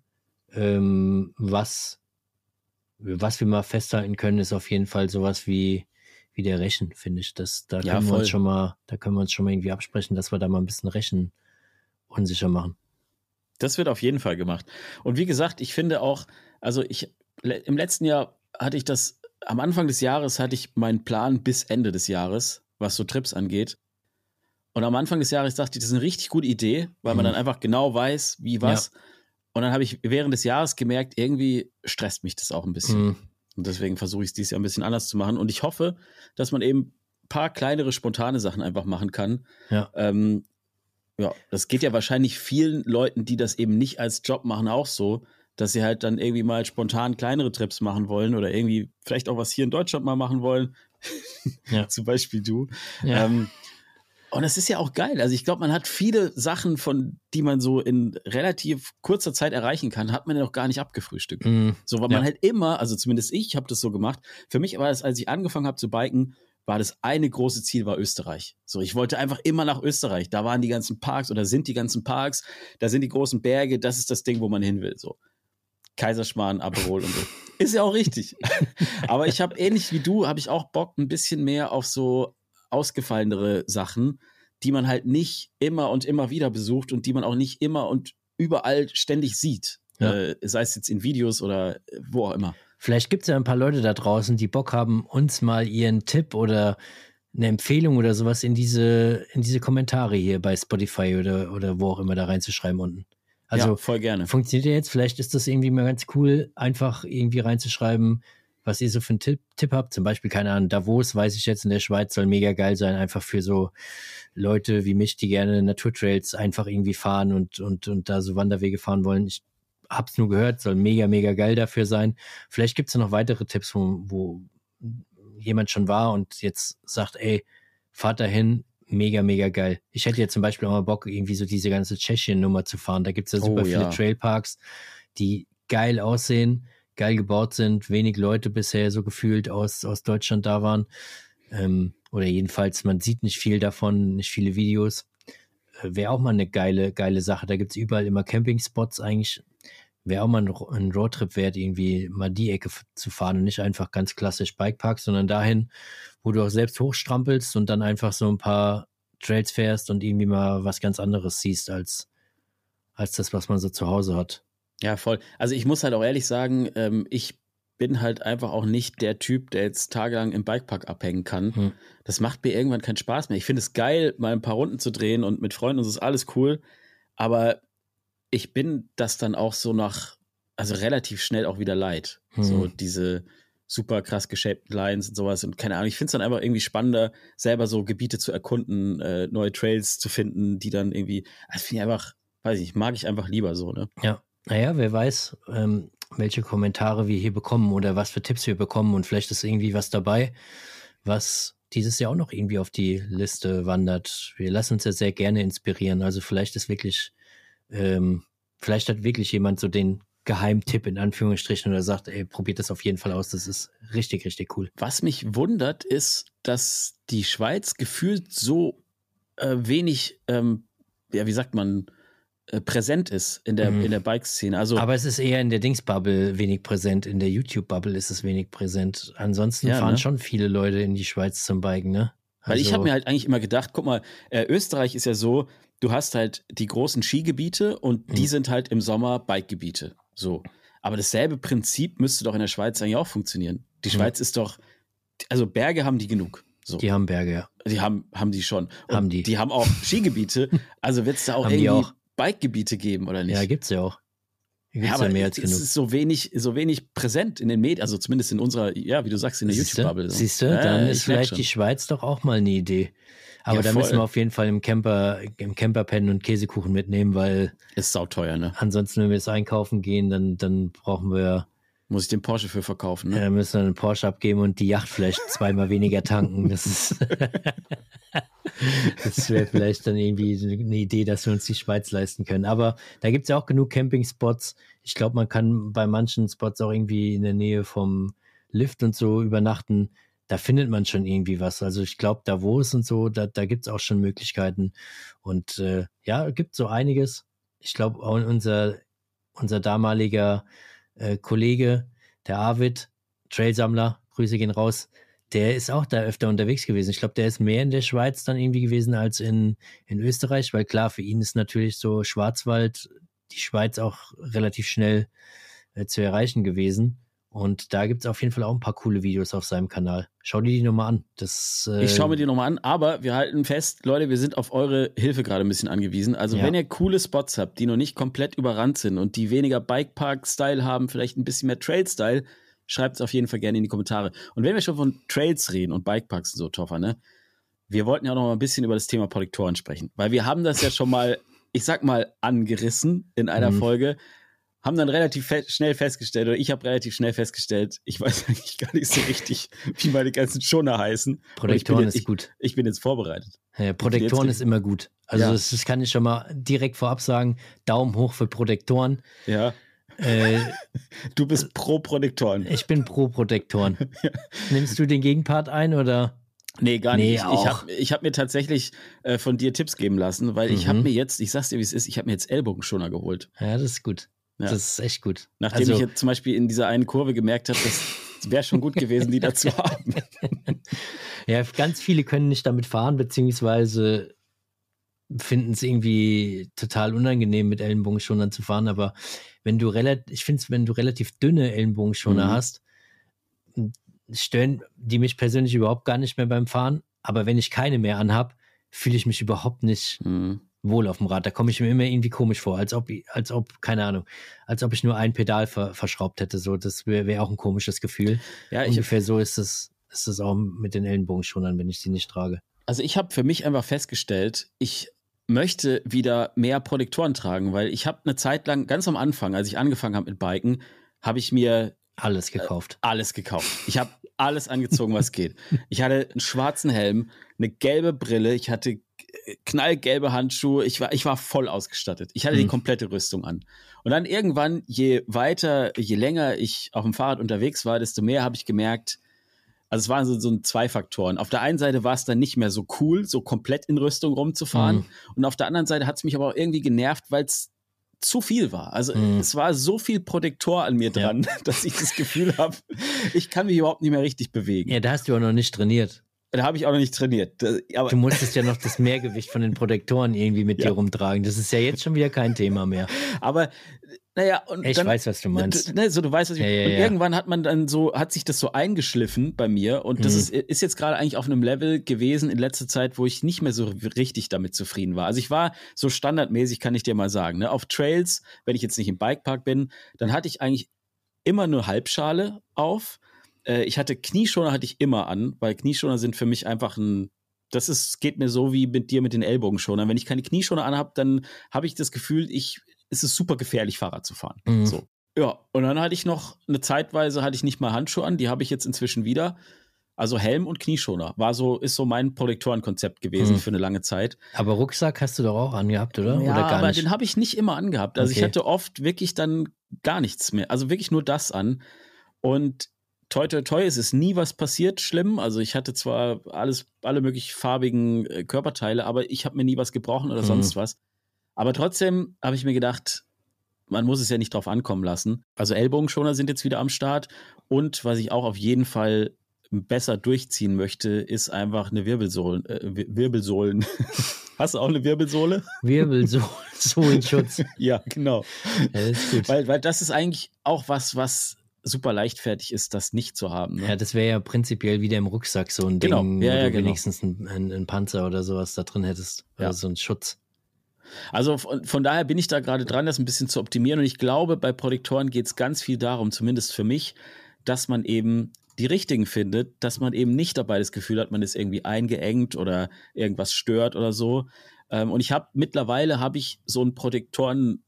Ähm, was, was wir mal festhalten können, ist auf jeden Fall sowas wie, wie der Rechen, finde ich. Das, da, ja, können wir voll. uns schon mal, da können wir uns schon mal irgendwie absprechen, dass wir da mal ein bisschen Rechen unsicher machen. Das wird auf jeden Fall gemacht. Und wie gesagt, ich finde auch, also ich, im letzten Jahr hatte ich das, am Anfang des Jahres hatte ich meinen Plan bis Ende des Jahres, was so Trips angeht. Und am Anfang des Jahres dachte ich, das ist eine richtig gute Idee, weil man mhm. dann einfach genau weiß, wie was. Ja. Und dann habe ich während des Jahres gemerkt, irgendwie stresst mich das auch ein bisschen. Mhm. Und deswegen versuche ich es dieses Jahr ein bisschen anders zu machen. Und ich hoffe, dass man eben ein paar kleinere, spontane Sachen einfach machen kann. Ja. Ähm, Ja, das geht ja wahrscheinlich vielen Leuten, die das eben nicht als Job machen, auch so, dass sie halt dann irgendwie mal spontan kleinere Trips machen wollen oder irgendwie vielleicht auch was hier in Deutschland mal machen wollen. Ja. Zum Beispiel du. Ja. Ähm, und das ist ja auch geil. Also ich glaube, man hat viele Sachen, von die man so in relativ kurzer Zeit erreichen kann, hat man ja noch gar nicht abgefrühstückt. Mhm. So, weil ja. man halt immer, also zumindest ich habe das so gemacht, für mich war das, als ich angefangen habe zu biken, war das eine große Ziel, war Österreich. So, ich wollte einfach immer nach Österreich. Da waren die ganzen Parks oder sind die ganzen Parks, da sind die großen Berge, das ist das Ding, wo man hin will. So, Kaiserschmarrn, Aperol und so. Ist ja auch richtig. Aber ich habe ähnlich wie du, habe ich auch Bock ein bisschen mehr auf so ausgefallenere Sachen, die man halt nicht immer und immer wieder besucht und die man auch nicht immer und überall ständig sieht. Ja. Äh, sei es jetzt in Videos oder wo auch immer. Vielleicht gibt es ja ein paar Leute da draußen, die Bock haben, uns mal ihren Tipp oder eine Empfehlung oder sowas in diese, in diese Kommentare hier bei Spotify oder, oder wo auch immer da reinzuschreiben unten. Also ja, voll gerne. Funktioniert ja jetzt, vielleicht ist das irgendwie mal ganz cool, einfach irgendwie reinzuschreiben, was ihr so für einen Tipp, Tipp habt. Zum Beispiel, keine Ahnung, Davos, weiß ich jetzt, in der Schweiz soll mega geil sein, einfach für so Leute wie mich, die gerne Naturtrails einfach irgendwie fahren und, und, und da so Wanderwege fahren wollen. Ich hab's nur gehört, soll mega, mega geil dafür sein. Vielleicht gibt's ja noch weitere Tipps, wo, wo jemand schon war und jetzt sagt, ey, fahrt dahin, mega, mega geil. Ich hätte jetzt zum Beispiel auch mal Bock, irgendwie so diese ganze Tschechien-Nummer zu fahren. Da gibt's ja super Oh, viele ja. Trailparks, die geil aussehen, geil gebaut sind, wenig Leute bisher so gefühlt aus, aus Deutschland da waren. Ähm, oder jedenfalls, man sieht nicht viel davon, nicht viele Videos. Äh, Wäre auch mal eine geile, geile Sache. Da gibt's überall immer Campingspots eigentlich. Wäre auch mal ein, ein Roadtrip wert, irgendwie mal die Ecke f- zu fahren und nicht einfach ganz klassisch Bikepark, sondern dahin, wo du auch selbst hochstrampelst und dann einfach so ein paar Trails fährst und irgendwie mal was ganz anderes siehst als, als das, was man so zu Hause hat. Ja, voll. Also ich muss halt auch ehrlich sagen, ähm, ich bin halt einfach auch nicht der Typ, der jetzt tagelang im Bikepark abhängen kann. Hm. Das macht mir irgendwann keinen Spaß mehr. Ich finde es geil, mal ein paar Runden zu drehen und mit Freunden, das ist alles cool. Aber ich bin das dann auch so nach, also relativ schnell auch wieder leid. Hm. So diese super krass geshapten Lines und sowas. Und keine Ahnung, ich finde es dann einfach irgendwie spannender, selber so Gebiete zu erkunden, äh, neue Trails zu finden, die dann irgendwie, das finde ich einfach, weiß ich nicht, mag ich einfach lieber so, ne? Ja, naja, wer weiß, ähm, welche Kommentare wir hier bekommen oder was für Tipps wir bekommen und vielleicht ist irgendwie was dabei, was dieses Jahr auch noch irgendwie auf die Liste wandert. Wir lassen uns ja sehr gerne inspirieren. Also vielleicht ist wirklich, ähm, vielleicht hat wirklich jemand so den Geheimtipp in Anführungsstrichen oder sagt, ey, probiert das auf jeden Fall aus, das ist richtig, richtig cool. Was mich wundert, ist, dass die Schweiz gefühlt so äh, wenig, ähm, ja, wie sagt man, äh, präsent ist in der, Mhm. in der Bike-Szene. Also, Aber es ist eher in der Dings-Bubble wenig präsent, in der YouTube-Bubble ist es wenig präsent. Ansonsten Ja, fahren ne? schon viele Leute in die Schweiz zum Biken, ne? weil ich Also- habe mir halt eigentlich immer gedacht, guck mal, äh, Österreich ist ja so, du hast halt die großen Skigebiete und die Mhm. sind halt im Sommer Bikegebiete. So. Aber dasselbe Prinzip müsste doch in der Schweiz eigentlich auch funktionieren. Die Mhm. Schweiz ist doch, also Berge haben die genug. So. Die haben Berge, ja. Die haben, haben die schon. Und Haben die. Die haben auch Skigebiete. Also wird es da auch Haben die irgendwie auch. Bikegebiete geben, oder nicht? Ja, gibt's ja auch. Gibt's Ja, ja, aber mehr als es genug. ist so wenig, so wenig präsent in den Medien, also zumindest in unserer, ja, wie du sagst, in der Siehste? YouTube-Bubble. So. Siehst du, Ja, dann ich ist merk vielleicht schon. die Schweiz doch auch mal eine Idee. Aber Ja, da voll. müssen wir auf jeden Fall im Camper, im Camper pennen und Käsekuchen mitnehmen, weil Ist sauteuer, ne? ansonsten, wenn wir jetzt einkaufen gehen, dann, dann brauchen wir, Muss ich den Porsche für verkaufen, ne? äh, müssen wir einen Porsche abgeben und die Yacht vielleicht zweimal weniger tanken. Das ist, das wäre vielleicht dann irgendwie eine Idee, dass wir uns die Schweiz leisten können. Aber da gibt's ja auch genug Campingspots. Ich glaube, man kann bei manchen Spots auch irgendwie in der Nähe vom Lift und so übernachten. Da findet man schon irgendwie was. Also ich glaube, Davos und so, da, da gibt's auch schon Möglichkeiten. Und äh, ja, gibt so einiges. Ich glaube, auch unser, unser damaliger äh, Kollege, der Arvid, Trailsammler, Grüße gehen raus, der ist auch da öfter unterwegs gewesen. Ich glaube, der ist mehr in der Schweiz dann irgendwie gewesen als in, in Österreich, weil klar, für ihn ist natürlich so Schwarzwald, die Schweiz auch relativ schnell äh, zu erreichen gewesen. Und da gibt es auf jeden Fall auch ein paar coole Videos auf seinem Kanal. Schau dir die nochmal an. Das, äh, Ich schaue mir die nochmal an, aber wir halten fest, Leute, wir sind auf eure Hilfe gerade ein bisschen angewiesen. Also Ja. wenn ihr coole Spots habt, die noch nicht komplett überrannt sind und die weniger Bikepark-Style haben, vielleicht ein bisschen mehr Trail-Style, schreibt es auf jeden Fall gerne in die Kommentare. Und wenn wir schon von Trails reden und Bikeparks und so, Toffer, ne? Wir wollten ja auch noch mal ein bisschen über das Thema Protektoren sprechen, weil wir haben das ja schon mal, ich sag mal, angerissen in einer Mhm. Folge, haben dann relativ fe- schnell festgestellt, oder ich habe relativ schnell festgestellt, ich weiß eigentlich gar nicht so richtig, wie meine ganzen Schoner heißen. Und ich bin Protektoren jetzt, ist ich, gut. ich bin jetzt vorbereitet. Ja, Protektoren jetzt- ist immer gut. Also Ja. das, das kann ich schon mal direkt vorab sagen. Daumen hoch für Protektoren. Ja, Äh, du bist pro Protektoren. ich bin pro Protektoren. Nimmst du den Gegenpart ein oder? Nee, gar Nee, nicht. Ich, ich auch. habe ich hab mir tatsächlich äh, von dir Tipps geben lassen, weil ich Mhm. habe mir jetzt, ich sag's dir, wie es ist, ich habe mir jetzt Ellbogenschoner geholt. Ja, das ist gut. Ja. Das ist echt gut. Nachdem also, ich jetzt zum Beispiel in dieser einen Kurve gemerkt habe, das wäre schon gut gewesen, die dazu haben. ja, ganz viele können nicht damit fahren, beziehungsweise finden es irgendwie total unangenehm, mit Ellenbogenschonern zu fahren. Aber wenn du relativ, ich finde es, wenn du relativ dünne Ellenbogenschoner Mhm. hast, stören die mich persönlich überhaupt gar nicht mehr beim Fahren. Aber wenn ich keine mehr anhab, fühle ich mich überhaupt nicht Mhm. wohl auf dem Rad. Da komme ich mir immer irgendwie komisch vor, als ob, als ob, keine Ahnung, als ob ich nur ein Pedal ver, verschraubt hätte. So, das wäre wär auch ein komisches Gefühl. Ja, ich Ungefähr so ist es, ist es auch mit den Ellenbogenschonern, wenn ich sie nicht trage. Also ich habe für mich einfach festgestellt, ich möchte wieder mehr Protektoren tragen, weil ich habe eine Zeit lang, ganz am Anfang, als ich angefangen habe mit Biken, habe ich mir alles gekauft. Äh, alles gekauft. Ich habe alles angezogen, was geht. Ich hatte einen schwarzen Helm, eine gelbe Brille, ich hatte knallgelbe Handschuhe, ich war, ich war voll ausgestattet. Ich hatte mhm. die komplette Rüstung an. Und dann irgendwann, je weiter, je länger ich auf dem Fahrrad unterwegs war, desto mehr habe ich gemerkt, also es waren so, so zwei Faktoren. Auf der einen Seite war es dann nicht mehr so cool, so komplett in Rüstung rumzufahren. Mhm. Und auf der anderen Seite hat es mich aber auch irgendwie genervt, weil es zu viel war. Also mhm. es war so viel Protektor an mir dran, ja. dass ich das Gefühl habe, ich kann mich überhaupt nicht mehr richtig bewegen. Ja, da hast du auch noch nicht trainiert. Da habe ich auch noch nicht trainiert. Aber du musstest ja noch das Mehrgewicht von den Protektoren irgendwie mit ja. dir rumtragen. Das ist ja jetzt schon wieder kein Thema mehr. Aber naja, und ich dann, weiß, was du meinst. Ne, so, du weißt, was ich ja, ja, Und ja. irgendwann hat man dann so, hat sich das so eingeschliffen bei mir und das mhm. ist, ist jetzt gerade eigentlich auf einem Level gewesen in letzter Zeit, wo ich nicht mehr so richtig damit zufrieden war. Also ich war so standardmäßig, kann ich dir mal sagen, ne? Auf Trails, wenn ich jetzt nicht im Bikepark bin, dann hatte ich eigentlich immer nur Halbschale auf. Ich hatte Knieschoner hatte ich immer an, weil Knieschoner sind für mich einfach ein, das ist, geht mir so wie mit dir mit den Ellbogenschonern. Wenn ich keine Knieschoner anhabe, dann habe ich das Gefühl, ich, es ist super gefährlich, Fahrrad zu fahren. Mhm. So. Ja, und dann hatte ich noch eine Zeitweise hatte ich nicht mal Handschuhe an, die habe ich jetzt inzwischen wieder. Also Helm und Knieschoner war so, ist so mein Protektorenkonzept gewesen mhm. für eine lange Zeit. Aber Rucksack hast du doch auch angehabt, oder? Ja, oder gar aber nicht? Den habe ich nicht immer angehabt. Also okay. Ich hatte oft wirklich dann gar nichts mehr. Also wirklich nur das an. Und toi, toi, toi, es ist nie was passiert, schlimm. Also ich hatte zwar alles, alle möglichen farbigen äh, Körperteile, aber ich habe mir nie was gebrochen oder mhm. sonst was. Aber trotzdem habe ich mir gedacht, man muss es ja nicht drauf ankommen lassen. Also Ellbogenschoner sind jetzt wieder am Start. Und was ich auch auf jeden Fall besser durchziehen möchte, ist einfach eine Wirbelsohlen. Äh, Wirbelsohlen. Hast du auch eine Wirbelsohle? Wirbelsohlenschutz. Ja, genau. Ja, das ist gut. Weil, weil das ist eigentlich auch was, was super leichtfertig ist, das nicht zu haben. Ne? Ja, das wäre ja prinzipiell wieder im Rucksack so ein genau. Ding, ja, wo ja, du genau. wenigstens einen, einen Panzer oder sowas da drin hättest. Oder ja. so einen Schutz. Also von, von daher bin ich da gerade dran, das ein bisschen zu optimieren. Und ich glaube, bei Protektoren geht es ganz viel darum, zumindest für mich, dass man eben die richtigen findet, dass man eben nicht dabei das Gefühl hat, man ist irgendwie eingeengt oder irgendwas stört oder so. Und ich habe mittlerweile habe ich so ein Protektoren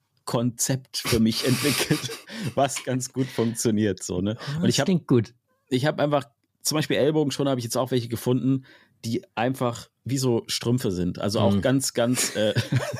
Konzept für mich entwickelt, was ganz gut funktioniert. So, ne? Und ich hab, klingt gut. Ich habe einfach, zum Beispiel Ellbogenschoner habe ich jetzt auch welche gefunden, die einfach wie so Strümpfe sind. Also auch mhm. ganz, ganz äh,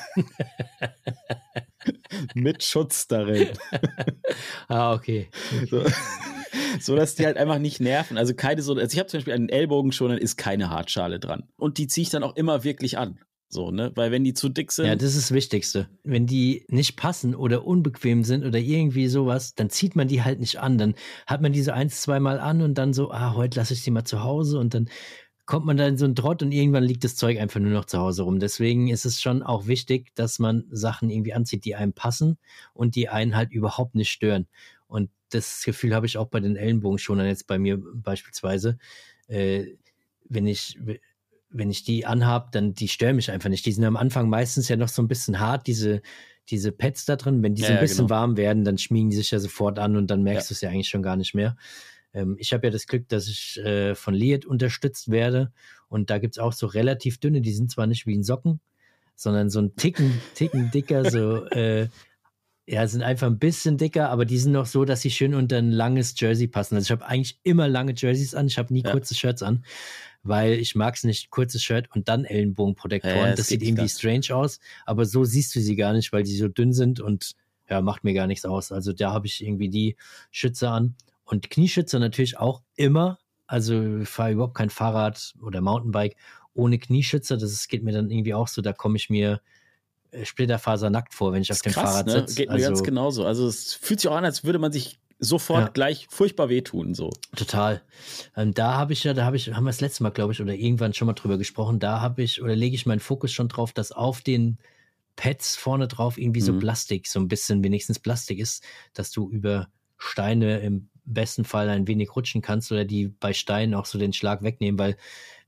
mit Schutz darin. Ah, okay. So, so, dass die halt einfach nicht nerven. Also keine so, also ich habe zum Beispiel einen Ellbogenschoner, ist keine Hartschale dran. Und die ziehe ich dann auch immer wirklich an. So, ne? Weil wenn die zu dick sind. Ja, das ist das Wichtigste. Wenn die nicht passen oder unbequem sind oder irgendwie sowas, dann zieht man die halt nicht an. Dann hat man die so eins, zweimal an und dann so, ah, heute lasse ich sie mal zu Hause und dann kommt man da in so einen Trott und irgendwann liegt das Zeug einfach nur noch zu Hause rum. Deswegen ist es schon auch wichtig, dass man Sachen irgendwie anzieht, die einem passen und die einen halt überhaupt nicht stören. Und das Gefühl habe ich auch bei den Ellenbogenschonern jetzt bei mir beispielsweise. Äh, wenn ich... wenn ich die anhab, dann die stören mich einfach nicht. Die sind am Anfang meistens ja noch so ein bisschen hart, diese, diese Pads da drin. Wenn die so ein ja, bisschen genau. warm werden, dann schmiegen die sich ja sofort an und dann merkst ja. du es ja eigentlich schon gar nicht mehr. Ähm, ich habe ja das Glück, dass ich äh, von Lead unterstützt werde und da gibt es auch so relativ dünne, die sind zwar nicht wie ein Socken, sondern so ein Ticken, Ticken dicker, so äh, ja, sind einfach ein bisschen dicker, aber die sind noch so, dass sie schön unter ein langes Jersey passen. Also ich habe eigentlich immer lange Jerseys an, ich habe nie ja. kurze Shirts an, weil ich mag es nicht, kurzes Shirt und dann Ellenbogenprotektoren. Ja, das, das sieht irgendwie strange aus, aber so siehst du sie gar nicht, weil die so dünn sind und ja, macht mir gar nichts aus. Also da habe ich irgendwie die Schütze an und Knieschütze natürlich auch immer. Also ich fahre überhaupt kein Fahrrad oder Mountainbike ohne Knieschütze. Das ist, geht mir dann irgendwie auch so, da komme ich mir splitterfasernackt vor, wenn ich auf dem krass, Fahrrad ne? sitze. Geht mir also, ganz genauso. Also es fühlt sich auch an, als würde man sich sofort ja. gleich furchtbar wehtun. So. Total. Ähm, da habe ich ja, da habe ich, haben wir das letzte Mal, glaube ich, oder irgendwann schon mal drüber gesprochen, da habe ich, oder lege ich meinen Fokus schon drauf, dass auf den Pads vorne drauf irgendwie mhm. so Plastik, so ein bisschen wenigstens Plastik ist, dass du über Steine im besten Fall ein wenig rutschen kannst oder die bei Steinen auch so den Schlag wegnehmen, weil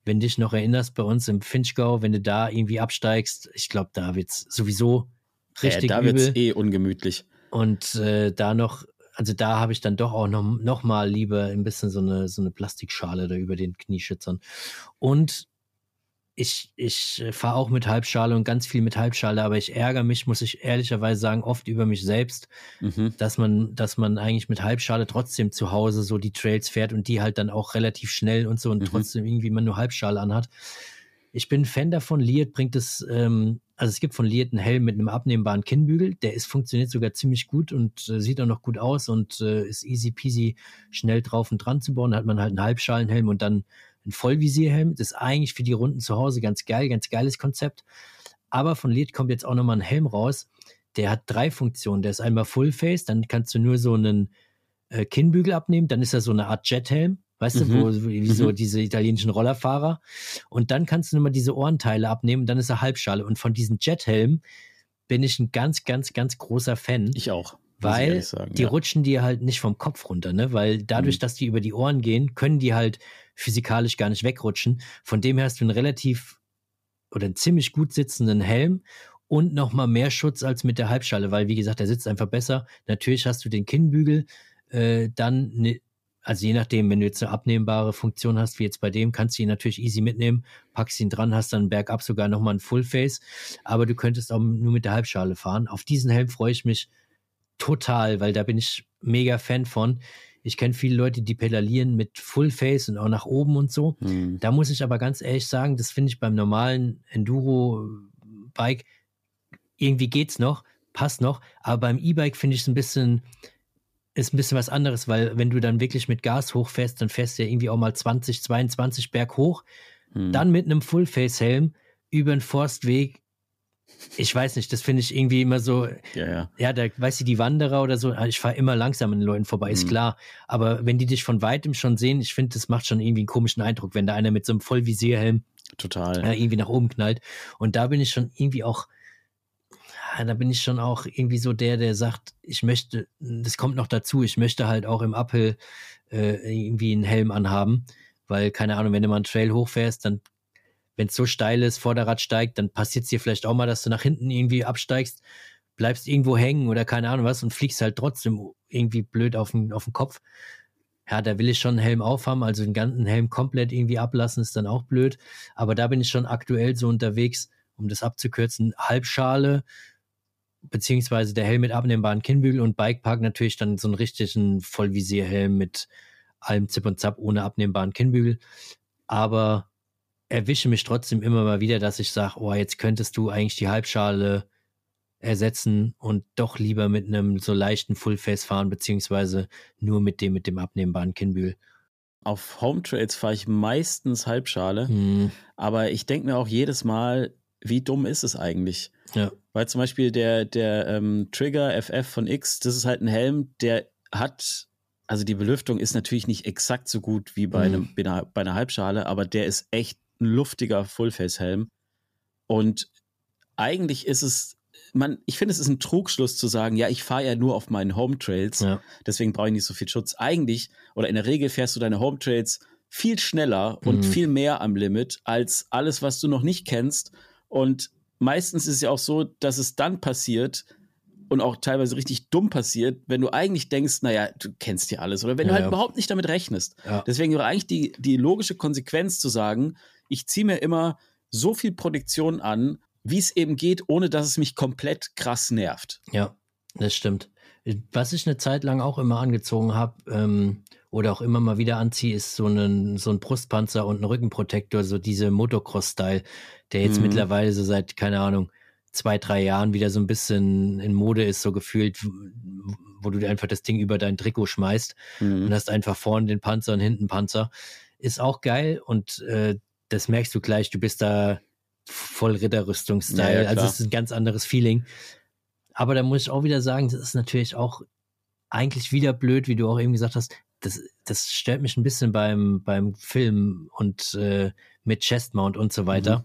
wenn dich noch erinnerst, bei uns im Finchgau, wenn du da irgendwie absteigst, ich glaube, da wird es sowieso richtig ja, da übel. wird es eh ungemütlich. Und äh, da noch, also da habe ich dann doch auch noch, noch mal lieber ein bisschen so eine, so eine Plastikschale da über den Knieschützern. Und ich, ich fahre auch mit Halbschale und ganz viel mit Halbschale, aber ich ärgere mich, muss ich ehrlicherweise sagen, oft über mich selbst, Mhm. dass man, dass man eigentlich mit Halbschale trotzdem zu Hause so die Trails fährt und die halt dann auch relativ schnell und so und Mhm. trotzdem irgendwie man nur Halbschale anhat. Ich bin ein Fan davon, Leard bringt es, ähm, also es gibt von Leard einen Helm mit einem abnehmbaren Kinnbügel, der ist, funktioniert sogar ziemlich gut und äh, sieht auch noch gut aus und äh, ist easy peasy schnell drauf und dran zu bauen. Da hat man halt einen Halbschalenhelm und dann ein Vollvisierhelm. Das ist eigentlich für die Runden zu Hause ganz geil, ganz geiles Konzept. Aber von Leard kommt jetzt auch nochmal ein Helm raus, der hat drei Funktionen. Der ist einmal Fullface, dann kannst du nur so einen äh, Kinnbügel abnehmen, dann ist er so eine Art Jethelm, weißt Mhm. du, wo, wie Mhm. so diese italienischen Rollerfahrer. Und dann kannst du nur mal diese Ohrenteile abnehmen, dann ist er Halbschale. Und von diesen Jethelm bin ich ein ganz, ganz, ganz großer Fan. Ich auch. muss ich Weil ehrlich sagen, die ja. rutschen dir halt nicht vom Kopf runter, ne? Weil dadurch, Mhm. dass die über die Ohren gehen, können die halt physikalisch gar nicht wegrutschen. Von dem her hast du einen relativ oder einen ziemlich gut sitzenden Helm und nochmal mehr Schutz als mit der Halbschale, weil wie gesagt, der sitzt einfach besser. Natürlich hast du den Kinnbügel, äh, dann, ne, also je nachdem, wenn du jetzt eine abnehmbare Funktion hast, wie jetzt bei dem, kannst du ihn natürlich easy mitnehmen, packst ihn dran, hast dann bergab sogar nochmal ein Fullface, aber du könntest auch nur mit der Halbschale fahren. Auf diesen Helm freue ich mich total, weil da bin ich mega Fan von. Ich kenne viele Leute, die pedalieren mit Fullface und auch nach oben und so. Mhm. Da muss ich aber ganz ehrlich sagen, das finde ich beim normalen Enduro-Bike irgendwie geht's noch, passt noch, aber beim E-Bike finde ich es ein bisschen, ist ein bisschen was anderes, weil wenn du dann wirklich mit Gas hochfährst, dann fährst du ja irgendwie auch mal zwanzig, zweiundzwanzig Berg hoch, Mhm. dann mit einem Fullface-Helm über den Forstweg. Ich weiß nicht, das finde ich irgendwie immer so, Ja, ja. ja, da, weißt du, die Wanderer oder so, ich fahre immer langsam an den Leuten vorbei, ist Mhm. klar. Aber wenn die dich von weitem schon sehen, ich finde, das macht schon irgendwie einen komischen Eindruck, wenn da einer mit so einem Vollvisierhelm Total. äh, irgendwie nach oben knallt. Und da bin ich schon irgendwie auch, ja, da bin ich schon auch irgendwie so der, der sagt, ich möchte, das kommt noch dazu, ich möchte halt auch im Uphill äh, irgendwie einen Helm anhaben, weil, keine Ahnung, wenn du mal einen Trail hochfährst, dann wenn es so steil ist, Vorderrad steigt, dann passiert es dir vielleicht auch mal, dass du nach hinten irgendwie absteigst, bleibst irgendwo hängen oder keine Ahnung was und fliegst halt trotzdem irgendwie blöd auf den, auf den Kopf. Ja, da will ich schon einen Helm aufhaben, also den ganzen Helm komplett irgendwie ablassen, ist dann auch blöd. Aber da bin ich schon aktuell so unterwegs, um das abzukürzen, Halbschale, beziehungsweise der Helm mit abnehmbaren Kinnbügel und Bikepark natürlich dann so einen richtigen Vollvisierhelm mit allem Zip und Zap ohne abnehmbaren Kinnbügel. Aber erwische mich trotzdem immer mal wieder, dass ich sage, oh, jetzt könntest du eigentlich die Halbschale ersetzen und doch lieber mit einem so leichten Fullface fahren, beziehungsweise nur mit dem mit dem abnehmbaren Kinnbügel. Auf Home Trails fahre ich meistens Halbschale, Hm, aber ich denke mir auch jedes Mal, wie dumm ist es eigentlich? ja, Weil zum Beispiel der, der ähm, Trigger F F von X, das ist halt ein Helm, der hat, also die Belüftung ist natürlich nicht exakt so gut wie bei, Mhm. einem, bei, einer, bei einer Halbschale, aber der ist echt ein luftiger Fullface-Helm. Und eigentlich ist es, man, ich finde, es ist ein Trugschluss zu sagen, ja, ich fahre ja nur auf meinen Home-Trails, ja, deswegen brauche ich nicht so viel Schutz. Eigentlich, oder in der Regel fährst du deine Home-Trails viel schneller und Mhm. viel mehr am Limit als alles, was du noch nicht kennst. Und meistens ist es ja auch so, dass es dann passiert und auch teilweise richtig dumm passiert, wenn du eigentlich denkst, naja, du kennst ja alles. Oder wenn Ja, du halt ja. überhaupt nicht damit rechnest. ja. Deswegen wäre eigentlich die, die logische Konsequenz zu sagen, ich ziehe mir immer so viel Protektion an, wie es eben geht, ohne dass es mich komplett krass nervt. Ja, das stimmt. Was ich eine Zeit lang auch immer angezogen habe ähm, oder auch immer mal wieder anziehe, ist so ein, so ein Brustpanzer und ein Rückenprotektor, so diese Motocross-Style, der jetzt Mhm. mittlerweile so seit, keine Ahnung, zwei, drei Jahren wieder so ein bisschen in Mode ist, so gefühlt, wo du dir einfach das Ding über dein Trikot schmeißt und Mhm. hast einfach vorne den Panzer und hinten Panzer. Ist auch geil und äh, das merkst du gleich, du bist da voll Ritterrüstung-Style. Ja, ja, also klar. es ist ein ganz anderes Feeling. Aber da muss ich auch wieder sagen, das ist natürlich auch eigentlich wieder blöd, wie du auch eben gesagt hast. Das, das stört mich ein bisschen beim, beim Film und äh, mit Chestmount und so weiter.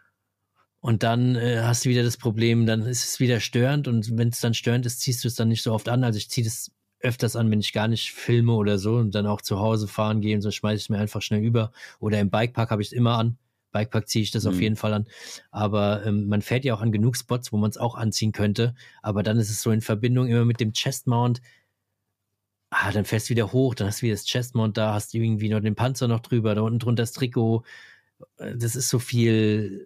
Und dann äh, hast du wieder das Problem, dann ist es wieder störend und wenn es dann störend ist, ziehst du es dann nicht so oft an. Also ich ziehe das öfters an, wenn ich gar nicht filme oder so und dann auch zu Hause fahren gehe und so schmeiße ich es mir einfach schnell über. Oder im Bikepark habe ich es immer an. Bikepark ziehe ich das mhm. auf jeden Fall an. Aber ähm, man fährt ja auch an genug Spots, wo man es auch anziehen könnte. Aber dann ist es so in Verbindung immer mit dem Chestmount. Ah, dann fährst du wieder hoch, dann hast du wieder das Chestmount da, hast du irgendwie noch den Panzer noch drüber, da unten drunter das Trikot. Das ist so viel,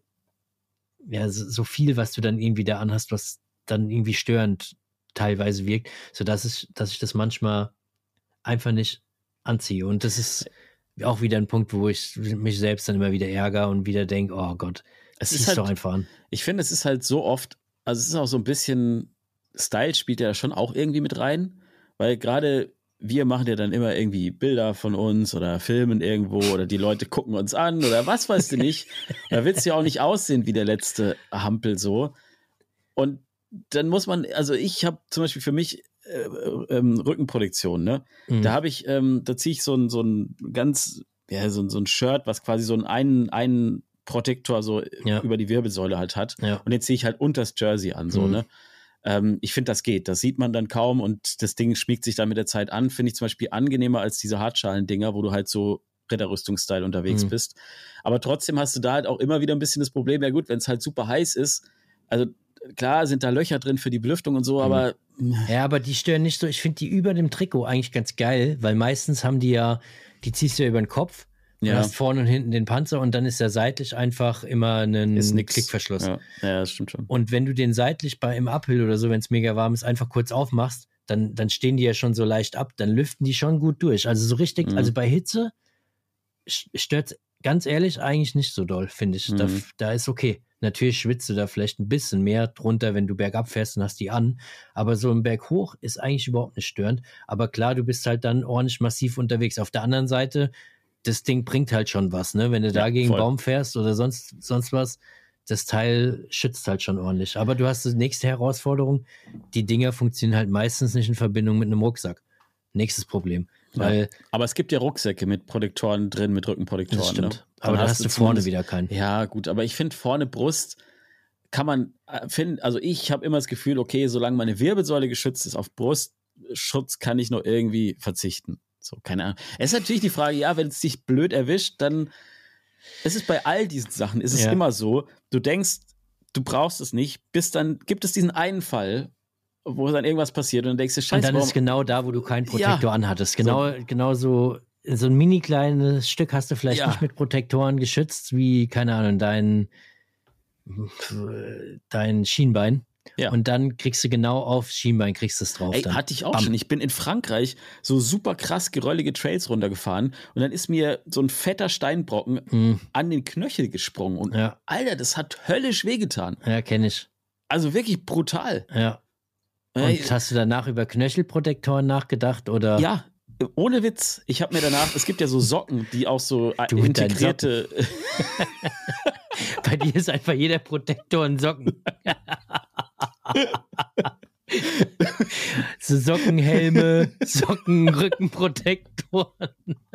ja, so viel, was du dann irgendwie da anhast, was dann irgendwie störend teilweise wirkt, sodass ich, dass ich das manchmal einfach nicht anziehe. Und das ist auch wieder ein Punkt, wo ich mich selbst dann immer wieder ärgere und wieder denke, oh Gott, es zieh's ist halt, doch einfach an. Ich finde, es ist halt so oft, also es ist auch so ein bisschen, Style spielt ja schon auch irgendwie mit rein, weil gerade wir machen ja dann immer irgendwie Bilder von uns oder filmen irgendwo oder die Leute gucken uns an oder was weißt du nicht. Da willst du ja auch nicht aussehen wie der letzte Hampel so. Und dann muss man, also ich habe zum Beispiel für mich äh, ähm, Rückenprotektion, ne? Mhm. Da habe ich, ähm, da ziehe ich so ein, so ein ganz, ja, so, so ein Shirt, was quasi so einen, einen Protektor so ja. über die Wirbelsäule halt hat. Ja. Und den ziehe ich halt unter das Jersey an, so, mhm. ne? Ähm, ich finde, das geht. Das sieht man dann kaum und das Ding schmiegt sich dann mit der Zeit an. Finde ich zum Beispiel angenehmer als diese Hartschalen-Dinger, wo du halt so Ritterrüstungsstyle unterwegs mhm. bist. Aber trotzdem hast du da halt auch immer wieder ein bisschen das Problem, ja gut, wenn es halt super heiß ist, also klar sind da Löcher drin für die Belüftung und so, aber... Ja, aber die stören nicht so. Ich finde die über dem Trikot eigentlich ganz geil, weil meistens haben die ja, die ziehst du ja über den Kopf. Du ja. hast vorne und hinten den Panzer und dann ist der seitlich einfach immer ein Klickverschluss. Ja. ja, das stimmt schon. Und wenn du den seitlich bei im Uphill oder so, wenn es mega warm ist, einfach kurz aufmachst, dann, dann stehen die ja schon so leicht ab, dann lüften die schon gut durch. Also so richtig, mhm. also bei Hitze stört ganz ehrlich eigentlich nicht so doll, finde ich. Mhm. Da, da ist okay. Natürlich schwitzt du da vielleicht ein bisschen mehr drunter, wenn du bergab fährst und hast die an. Aber so im Berg hoch ist eigentlich überhaupt nicht störend. Aber klar, du bist halt dann ordentlich massiv unterwegs. Auf der anderen Seite, das Ding bringt halt schon was, ne? Wenn du da ja, gegen einen Baum fährst oder sonst, sonst was, das Teil schützt halt schon ordentlich. Aber du hast die nächste Herausforderung. Die Dinger funktionieren halt meistens nicht in Verbindung mit einem Rucksack. Nächstes Problem. Weil, ja, aber es gibt ja Rucksäcke mit Protektoren drin, mit Rückenprotektoren. Das stimmt. Ne? Aber da hast du vorne wieder keinen. Ja, gut, aber ich finde, vorne Brust kann man finden, also ich habe immer das Gefühl, okay, solange meine Wirbelsäule geschützt ist, auf Brustschutz kann ich nur irgendwie verzichten. So, keine Ahnung. Es ist natürlich die Frage, ja, wenn es dich blöd erwischt, dann es ist bei all diesen Sachen, ist es ja. immer so, du denkst, du brauchst es nicht, bis dann gibt es diesen einen Fall, wo dann irgendwas passiert und dann denkst du, scheiße, und dann warum? ist genau da, wo du keinen Protektor ja. anhattest. Genau so, genau so, so ein mini kleines Stück hast du vielleicht ja. nicht mit Protektoren geschützt, wie, keine Ahnung, dein, dein Schienbein. Ja. Und dann kriegst du genau aufs Schienbein, kriegst du es drauf. Ey, dann. hatte ich auch Bam. schon. Ich bin in Frankreich so super krass geröllige Trails runtergefahren und dann ist mir so ein fetter Steinbrocken mhm. an den Knöchel gesprungen. Und ja. Alter, das hat höllisch wehgetan. Ja, kenne ich. Also wirklich brutal. Ja. Und Ey. hast du danach über Knöchelprotektoren nachgedacht, oder? Ja, ohne Witz. Ich habe mir danach, es gibt ja so Socken, die auch so du integrierte... Bei dir ist einfach jeder Protektor ein Socken. So Sockenhelme, Socken, Rückenprotektoren.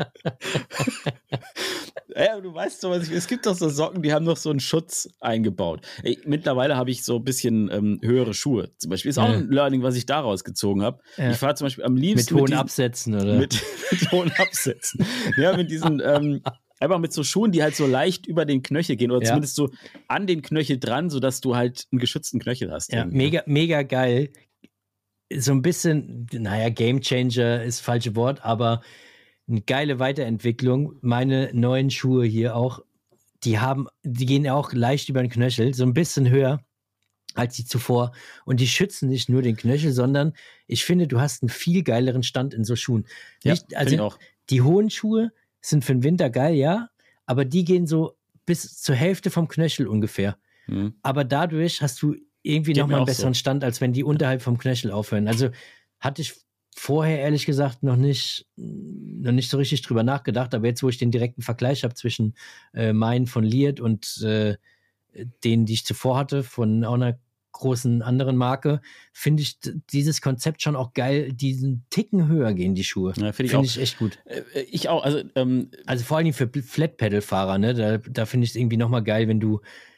Ja, du weißt so, was ich, es gibt doch so Socken, die haben noch so einen Schutz eingebaut. Ey, mittlerweile habe ich so ein bisschen ähm, höhere Schuhe. Zum Beispiel ist auch ja. ein Learning, was ich daraus gezogen habe. Ja. Ich fahre zum Beispiel am liebsten mit hohen mit diesen, Absätzen, oder? Mit, mit hohen Absätzen. Ja, mit diesen ähm, einfach mit so Schuhen, die halt so leicht über den Knöchel gehen oder ja. zumindest so an den Knöchel dran, sodass du halt einen geschützten Knöchel hast. Ja, mega, mega geil. So ein bisschen, naja, Gamechanger ist das falsche Wort, aber eine geile Weiterentwicklung. Meine neuen Schuhe hier auch, die haben, die gehen auch leicht über den Knöchel, so ein bisschen höher als die zuvor. Und die schützen nicht nur den Knöchel, sondern ich finde, du hast einen viel geileren Stand in so Schuhen. Ja, nicht, also ich auch. Die hohen Schuhe sind für den Winter geil, ja, aber die gehen so bis zur Hälfte vom Knöchel ungefähr. Mhm. Aber dadurch hast du irgendwie nochmal einen besseren so. Stand, als wenn die unterhalb vom Knöchel aufhören. Also hatte ich vorher ehrlich gesagt noch nicht, noch nicht so richtig drüber nachgedacht, aber jetzt, wo ich den direkten Vergleich habe zwischen äh, meinen von Liert und äh, denen, die ich zuvor hatte, von auch einer großen anderen Marke, finde ich dieses Konzept schon auch geil, diesen Ticken höher gehen die Schuhe. Ja, finde ich, find ich echt gut. Äh, ich auch, also ähm, also vor allem für Flat-Pedal-Fahrer, ne, da, da finde ich es irgendwie nochmal geil, wenn du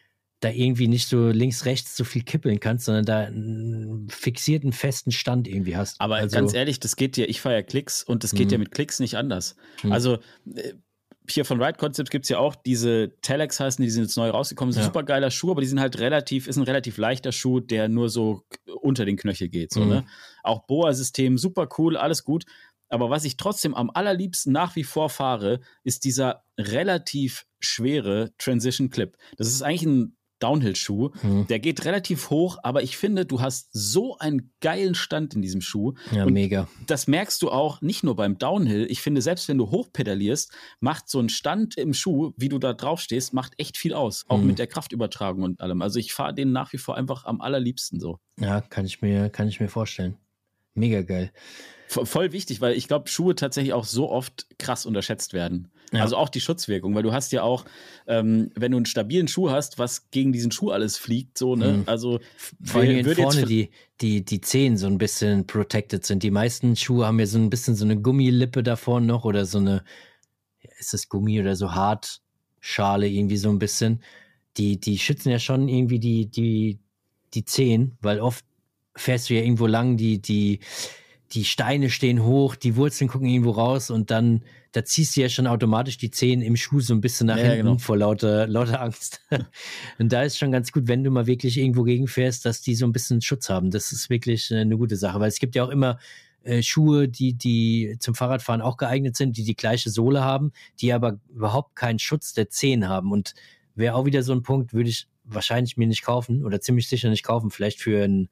da irgendwie nicht so links, rechts so viel kippeln kannst, sondern da einen fixierten, festen Stand irgendwie hast. Aber also, ganz ehrlich, das geht ja, ich feiere Klicks und das geht ja mit Klicks nicht anders. Also hier von Ride Concepts gibt es ja auch diese Telex heißen, die sind jetzt neu rausgekommen, das ist ein Ja. super geiler Schuh, aber die sind halt relativ, ist ein relativ leichter Schuh, der nur so unter den Knöchel geht. So, Mhm. ne? Auch Boa-System, super cool, alles gut. Aber was ich trotzdem am allerliebsten nach wie vor fahre, ist dieser relativ schwere Transition Clip. Das ist eigentlich ein Downhill-Schuh. Mhm. Der geht relativ hoch, aber ich finde, du hast so einen geilen Stand in diesem Schuh. ja, Und mega. das merkst du auch nicht nur beim Downhill. Ich finde, selbst wenn du hochpedalierst, macht so ein Stand im Schuh, wie du da drauf stehst, macht echt viel aus. Auch Mhm. mit der Kraftübertragung und allem. Also ich fahre den nach wie vor einfach am allerliebsten so. Ja, kann ich mir, kann ich mir vorstellen. Mega geil. V- Voll wichtig, weil ich glaube, Schuhe tatsächlich auch so oft krass unterschätzt werden. Ja. Also auch die Schutzwirkung, weil du hast ja auch, ähm, wenn du einen stabilen Schuh hast, was gegen diesen Schuh alles fliegt, so, ne? Mhm. Also Vor allem wer- wenn würde jetzt vorne v- die, die, die Zehen so ein bisschen protected sind. Die meisten Schuhe haben ja so ein bisschen so eine Gummilippe da vorne noch oder so eine, ist das Gummi oder so Hartschale irgendwie so ein bisschen. Die, die schützen ja schon irgendwie die, die, die Zehen, weil oft fährst du ja irgendwo lang, die, die, die Steine stehen hoch, die Wurzeln gucken irgendwo raus und dann, da ziehst du ja schon automatisch die Zehen im Schuh so ein bisschen nach Ja, ja, hinten genau. vor lauter, lauter Angst. Und da ist schon ganz gut, wenn du mal wirklich irgendwo gegenfährst, dass die so ein bisschen Schutz haben. Das ist wirklich äh, eine gute Sache, weil es gibt ja auch immer äh, Schuhe, die, die zum Fahrradfahren auch geeignet sind, die die gleiche Sohle haben, die aber überhaupt keinen Schutz der Zehen haben. Und wäre auch wieder so ein Punkt, würde ich wahrscheinlich mir nicht kaufen oder ziemlich sicher nicht kaufen, vielleicht für ein,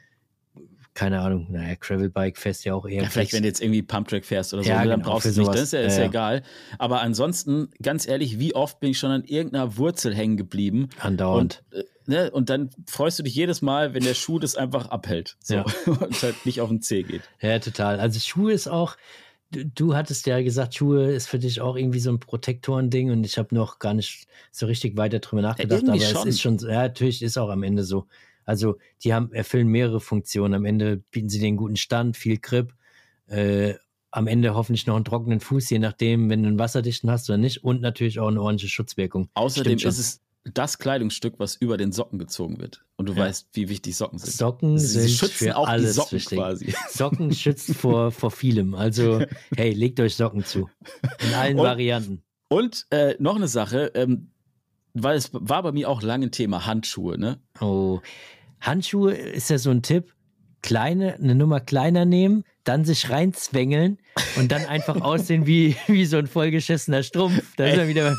keine Ahnung, naja, Gravelbike fährst ja auch eher. Ja, vielleicht, wenn du jetzt irgendwie Pumptrack fährst oder so, Ja, ne, dann genau, brauchst du für es nicht, sowas. das ist ja, ist Ja, ja ja. egal. Aber ansonsten, ganz ehrlich, wie oft bin ich schon an irgendeiner Wurzel hängen geblieben? Andauernd. Und, äh, ne, und dann freust du dich jedes Mal, wenn der Schuh das einfach abhält. So. Ja. Und halt nicht auf den Zeh geht. Ja, total. Also Schuhe ist auch, du, du hattest ja gesagt, Schuhe ist für dich auch irgendwie so ein Protektorending und ich habe noch gar nicht so richtig weiter drüber nachgedacht, irgendwie aber schon. es ist schon, ja, natürlich ist auch am Ende so. Also die haben, erfüllen mehrere Funktionen. Am Ende bieten sie den guten Stand, viel Grip, äh, am Ende hoffentlich noch einen trockenen Fuß, je nachdem, wenn du einen wasserdichten hast oder nicht und natürlich auch eine ordentliche Schutzwirkung. Außerdem Stimmt schon. ist es das Kleidungsstück, was über den Socken gezogen wird. Und du Ja. weißt, wie wichtig Socken sind. Socken Sie sind schützen für auch die alles Socken wichtig. quasi. Socken schützen vor, vor vielem. Also, hey, legt euch Socken zu. In allen Und- Varianten. Und äh, noch eine Sache, ähm, weil es war bei mir auch lange ein Thema, Handschuhe, ne? Oh, Handschuhe ist ja so ein Tipp. Kleine, eine Nummer kleiner nehmen, dann sich reinzwängeln und dann einfach aussehen wie, wie so ein vollgeschissener Strumpf. Da ist er wieder beim,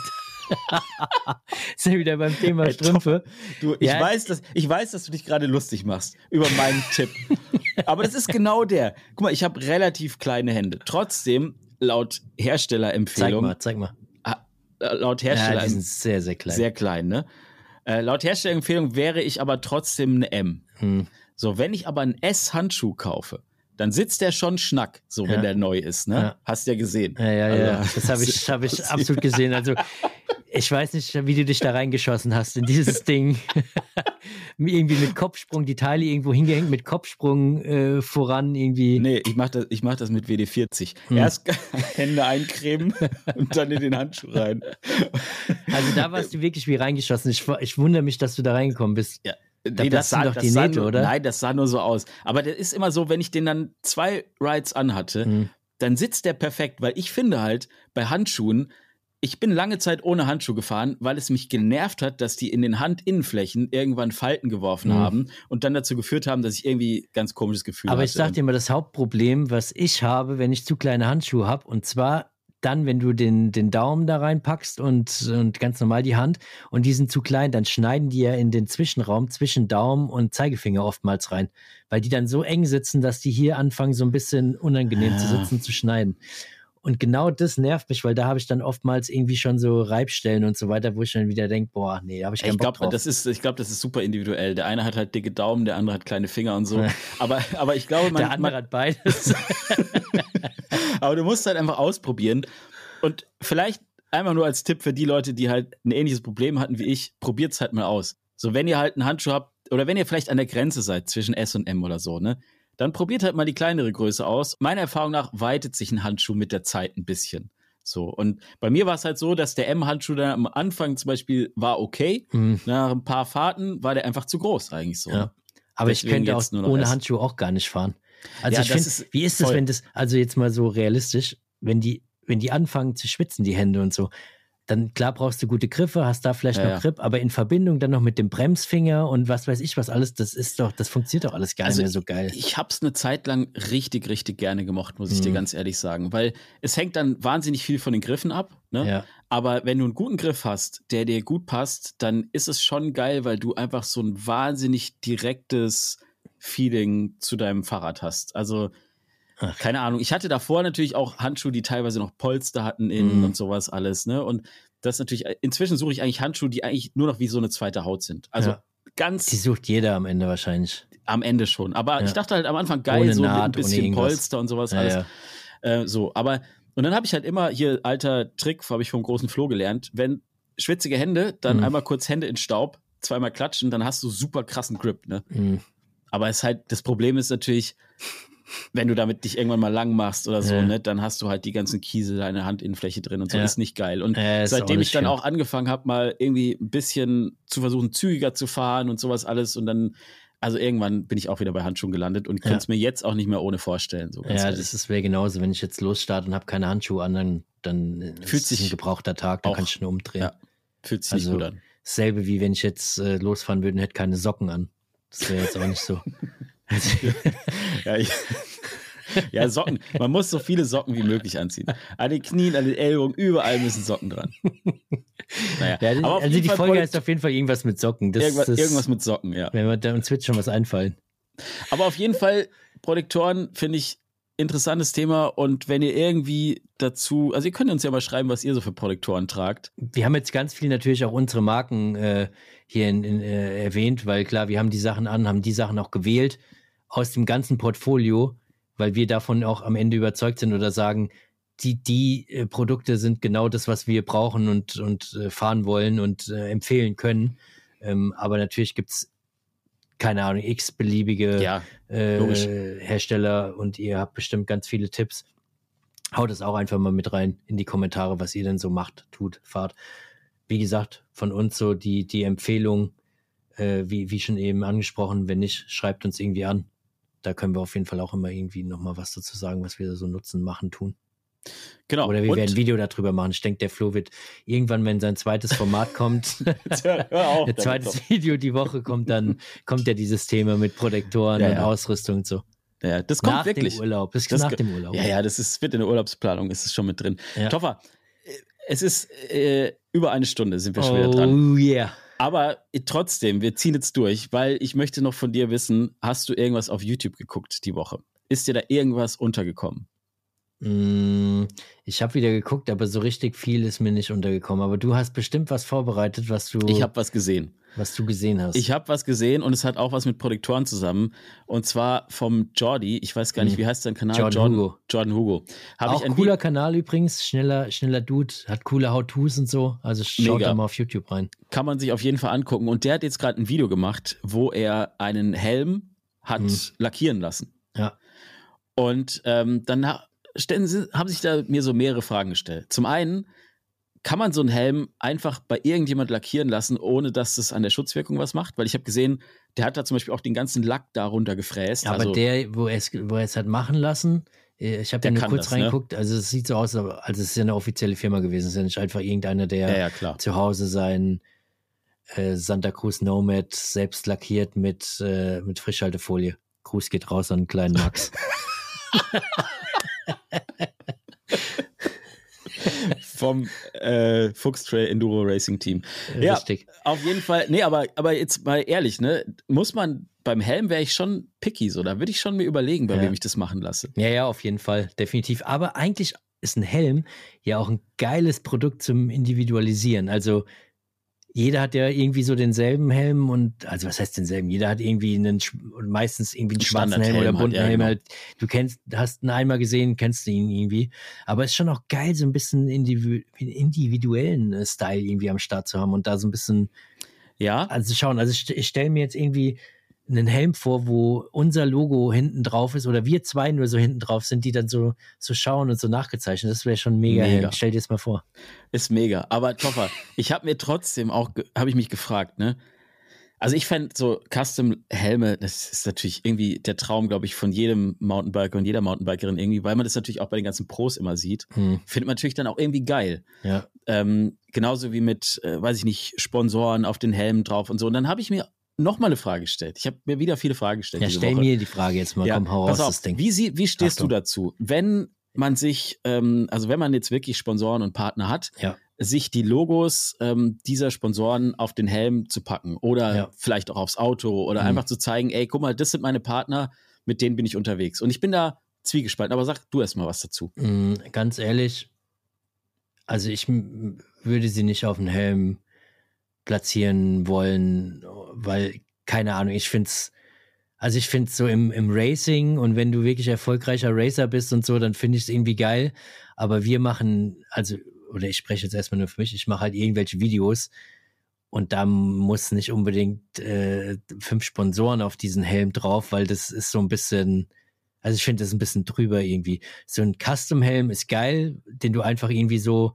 ist er wieder beim Thema Ey, Strümpfe. Du, ich, Ja. weiß, dass, ich weiß, dass du dich gerade lustig machst über meinen Tipp. Aber das ist genau der. Guck mal, ich habe relativ kleine Hände. Trotzdem, laut Zeig Herstellerempfehlung, mal, zeig mal. ah, äh, laut Ja, Hersteller die sind sehr, sehr klein. sehr klein, ne? Äh, laut Herstellerempfehlung wäre ich aber trotzdem eine M. Hm. So, wenn ich aber einen S-Handschuh kaufe, dann sitzt der schon Schnack, so wenn Ja. der neu ist, ne? Ja. Hast ja gesehen. Ja, ja, ja. Also, Das habe ich, hab ich absolut gesehen. Also, ich weiß nicht, wie du dich da reingeschossen hast in dieses Ding. Irgendwie mit Kopfsprung, die Teile irgendwo hingehängt, mit Kopfsprung äh, voran irgendwie. Nee, ich mach das, ich mach das mit W D vierzig. Hm. Erst Hände eincremen und dann in den Handschuh rein. Also da warst du wirklich wie reingeschossen. Ich, ich wundere mich, dass du da reingekommen bist. Ja. Da platzen doch die sah Nähte, nur, oder? Nein, das sah nur so aus. Aber der ist immer so, wenn ich den dann zwei Rides anhatte, Hm. dann sitzt der perfekt, weil ich finde halt, bei Handschuhen, ich bin lange Zeit ohne Handschuh gefahren, weil es mich genervt hat, dass die in den Handinnenflächen irgendwann Falten geworfen Mhm. haben und dann dazu geführt haben, dass ich irgendwie ganz komisches Gefühl Aber hatte. ich sag dir mal, das Hauptproblem, was ich habe, wenn ich zu kleine Handschuhe habe, und zwar dann, wenn du den, den Daumen da reinpackst und, und ganz normal die Hand und die sind zu klein, dann schneiden die ja in den Zwischenraum zwischen Daumen und Zeigefinger oftmals rein, weil die dann so eng sitzen, dass die hier anfangen, so ein bisschen unangenehm Ja. zu sitzen, zu schneiden. Und genau das nervt mich, weil da habe ich dann oftmals irgendwie schon so Reibstellen und so weiter, wo ich dann wieder denke, boah, nee, da habe ich keinen Ich Bock glaube, drauf. das ist, ich glaube, das ist super individuell. Der eine hat halt dicke Daumen, der andere hat kleine Finger und so. Ja. Aber, aber ich glaube, man, Der andere man, hat beides. aber du musst halt einfach ausprobieren. Und vielleicht einmal nur als Tipp für die Leute, die halt ein ähnliches Problem hatten wie ich, probiert's halt mal aus. So, wenn ihr halt einen Handschuh habt, oder wenn ihr vielleicht an der Grenze seid zwischen S und M oder so, ne, dann probiert halt mal die kleinere Größe aus. Meiner Erfahrung nach weitet sich ein Handschuh mit der Zeit ein bisschen. So, und bei mir war es halt so, dass der M-Handschuh dann am Anfang zum Beispiel war okay. Mhm. Nach ein paar Fahrten war der einfach zu groß eigentlich so. Ja. Aber Deswegen ich könnte auch ohne erst. Handschuh auch gar nicht fahren. Also ja, ich finde, wie ist das, wenn das, also jetzt mal so realistisch, wenn die, wenn die anfangen zu schwitzen, die Hände und so, dann klar brauchst du gute Griffe, hast da vielleicht ja, noch Grip, aber in Verbindung dann noch mit dem Bremsfinger und was weiß ich was alles, das ist doch, das funktioniert doch alles gar also nicht mehr so geil. Ich hab's eine Zeit lang richtig, richtig gerne gemocht, muss ich mhm. dir ganz ehrlich sagen, weil es hängt dann wahnsinnig viel von den Griffen ab, ne? Ja. Aber wenn du einen guten Griff hast, der dir gut passt, dann ist es schon geil, weil du einfach so ein wahnsinnig direktes Feeling zu deinem Fahrrad hast. Also Ach. Keine Ahnung. Ich hatte davor natürlich auch Handschuhe, die teilweise noch Polster hatten innen mm. und sowas alles, ne? Und das natürlich, inzwischen suche ich eigentlich Handschuhe, die eigentlich nur noch wie so eine zweite Haut sind. Also ja. ganz. Die sucht jeder am Ende wahrscheinlich. Am Ende schon. Aber ja. ich dachte halt am Anfang geil, ohne so Naht, mit ein bisschen Polster und sowas ja, alles. Ja. Äh, so, aber, und dann habe ich halt immer hier, alter Trick, habe ich vom großen Flo gelernt, wenn schwitzige Hände, dann mm. einmal kurz Hände in Staub, zweimal klatschen, dann hast du super krassen Grip, ne? Mm. Aber es halt, das Problem ist natürlich, wenn du damit dich irgendwann mal lang machst oder so, ja. ne, dann hast du halt die ganzen Kiese da in der Handinnenfläche drin und so, ja. ist nicht geil. Und äh, seitdem ich dann auch angefangen habe, mal irgendwie ein bisschen zu versuchen, zügiger zu fahren und sowas alles und dann, also irgendwann bin ich auch wieder bei Handschuhen gelandet und könnte es ja. mir jetzt auch nicht mehr ohne vorstellen. So ja, ehrlich. Das ist wäre genauso, wenn ich jetzt losstarte und habe keine Handschuhe an, dann, dann fühlt sich ein gebrauchter Tag, dann kann ich schon umdrehen. Ja, fühlt sich also, nicht gut an. Dasselbe wie wenn ich jetzt äh, losfahren würde und hätte keine Socken an. Das wäre jetzt auch nicht so. ja, ich, ja, Socken. Man muss so viele Socken wie möglich anziehen. An den Knien, an den Ellbogen, überall müssen Socken dran. Naja. Ja, aber also die Folge heißt auf jeden Fall irgendwas mit Socken. Das, irgendwas, das, irgendwas mit Socken, ja. Wenn man, da uns wird schon was einfallen. Aber auf jeden Fall, Protektoren finde ich interessantes Thema und wenn ihr irgendwie dazu, also ihr könnt uns ja mal schreiben, was ihr so für Protektoren tragt. Wir haben jetzt ganz viel natürlich auch unsere Marken äh, hier in, in, äh, erwähnt, weil klar, wir haben die Sachen an, haben die Sachen auch gewählt aus dem ganzen Portfolio, weil wir davon auch am Ende überzeugt sind oder sagen, die, die äh, Produkte sind genau das, was wir brauchen und, und äh, fahren wollen und äh, empfehlen können. Ähm, aber natürlich gibt's keine Ahnung, x-beliebige ja, äh, Hersteller und ihr habt bestimmt ganz viele Tipps. Haut es auch einfach mal mit rein in die Kommentare, was ihr denn so macht, tut, fahrt. Wie gesagt, von uns so die, die Empfehlung, äh, wie, wie schon eben angesprochen, wenn nicht, schreibt uns irgendwie an. Da können wir auf jeden Fall auch immer irgendwie nochmal was dazu sagen, was wir so nutzen, machen, tun. Genau. Oder wir und? werden ein Video darüber machen. Ich denke, der Flo wird irgendwann, wenn sein zweites Format kommt, hör auf, ein zweites doch. Video die Woche kommt, dann kommt ja dieses Thema mit Protektoren ja, und ja. Ausrüstung und so. Ja, das kommt nach wirklich. Dem Urlaub. Das, das nach dem Urlaub. Ja, ja, das ist, wird in der Urlaubsplanung, ist es schon mit drin. Ja. Toffer, es ist äh, über eine Stunde sind wir schon wieder oh, dran. Oh yeah. Aber trotzdem, wir ziehen jetzt durch, weil ich möchte noch von dir wissen, hast du irgendwas auf YouTube geguckt die Woche? Ist dir da irgendwas untergekommen? Ich habe wieder geguckt, aber so richtig viel ist mir nicht untergekommen. Aber du hast bestimmt was vorbereitet, was du... Ich habe was gesehen. Was du gesehen hast. Ich habe was gesehen und es hat auch was mit Protektoren zusammen. Und zwar vom Jordi. Ich weiß gar nicht, wie heißt sein Kanal? Jordan, Jordan Hugo. Jordan Hugo. Hab auch ich ein cooler Vi- Kanal übrigens. Schneller, schneller Dude. Hat coole How-Tos und so. Also schaut Mega. da mal auf YouTube rein. Kann man sich auf jeden Fall angucken. Und der hat jetzt gerade ein Video gemacht, wo er einen Helm hat mhm. lackieren lassen. Ja. Und ähm, dann... Ha- Stellen Sie, haben sich da mir so mehrere Fragen gestellt. Zum einen, kann man so einen Helm einfach bei irgendjemand lackieren lassen, ohne dass es an der Schutzwirkung was macht? Weil ich habe gesehen, der hat da zum Beispiel auch den ganzen Lack darunter gefräst. Ja, aber also, der, wo er es, wo er es hat machen lassen, ich habe ja nur kurz das, reingeguckt, ne? Also es sieht so aus, als es ist ja eine offizielle Firma gewesen. Es ist ja nicht einfach irgendeiner, der ja, ja, klar. zu Hause sein äh, Santa Cruz Nomad selbst lackiert mit, äh, mit Frischhaltefolie. Gruß geht raus an den kleinen Max. Vom äh, Fuchstrail Enduro Racing Team. Ja, richtig. Auf jeden Fall. Nee, aber, aber jetzt mal ehrlich, ne? Muss man, beim Helm wäre ich schon picky, so. Da würde ich schon mir überlegen, bei ja. wem ich das machen lasse. Ja, ja, auf jeden Fall. Definitiv. Aber eigentlich ist ein Helm ja auch ein geiles Produkt zum Individualisieren. Also jeder hat ja irgendwie so denselben Helm und, also was heißt denselben? Jeder hat irgendwie einen, meistens irgendwie einen schwarzen Helm oder bunten Helm. Halt. Du kennst, hast ihn einmal gesehen, kennst du ihn irgendwie. Aber es ist schon auch geil, so ein bisschen individu- individuellen Style irgendwie am Start zu haben und da so ein bisschen, ja. Also schauen, also ich, ich stelle mir jetzt irgendwie einen Helm vor, wo unser Logo hinten drauf ist oder wir zwei nur so hinten drauf sind, die dann so, so schauen und so nachgezeichnet. Das wäre schon mega, mega. Helm. Stell dir das mal vor. Ist mega. Aber Toffer, ich habe mir trotzdem auch, habe ich mich gefragt, ne? Also ich fände so Custom-Helme, das ist natürlich irgendwie der Traum, glaube ich, von jedem Mountainbiker und jeder Mountainbikerin irgendwie, weil man das natürlich auch bei den ganzen Pros immer sieht. Hm. Findet man natürlich dann auch irgendwie geil. Ja. Ähm, genauso wie mit, äh, weiß ich nicht, Sponsoren auf den Helmen drauf und so. Und dann habe ich mir noch mal eine Frage gestellt. Ich habe mir wieder viele Fragen gestellt. Ja, diese stell Woche. mir die Frage jetzt mal. Ja, komm, hau pass raus, auf, das Ding. Wie, sie, wie stehst Achtung. du dazu, wenn man sich, ähm, also wenn man jetzt wirklich Sponsoren und Partner hat, ja. sich die Logos ähm, dieser Sponsoren auf den Helm zu packen oder ja. vielleicht auch aufs Auto oder mhm. einfach zu zeigen, ey, guck mal, das sind meine Partner, mit denen bin ich unterwegs. Und ich bin da zwiegespalten, aber sag du erst mal was dazu. Mhm, ganz ehrlich, also ich m- würde sie nicht auf den Helm platzieren wollen, weil, keine Ahnung, ich finde es, also ich finde es so im, im Racing und wenn du wirklich erfolgreicher Racer bist und so, dann finde ich es irgendwie geil, aber wir machen, also oder ich spreche jetzt erstmal nur für mich, ich mache halt irgendwelche Videos und da muss nicht unbedingt äh, fünf Sponsoren auf diesen Helm drauf, weil das ist so ein bisschen, also ich finde das ein bisschen drüber irgendwie. So ein Custom-Helm ist geil, den du einfach irgendwie so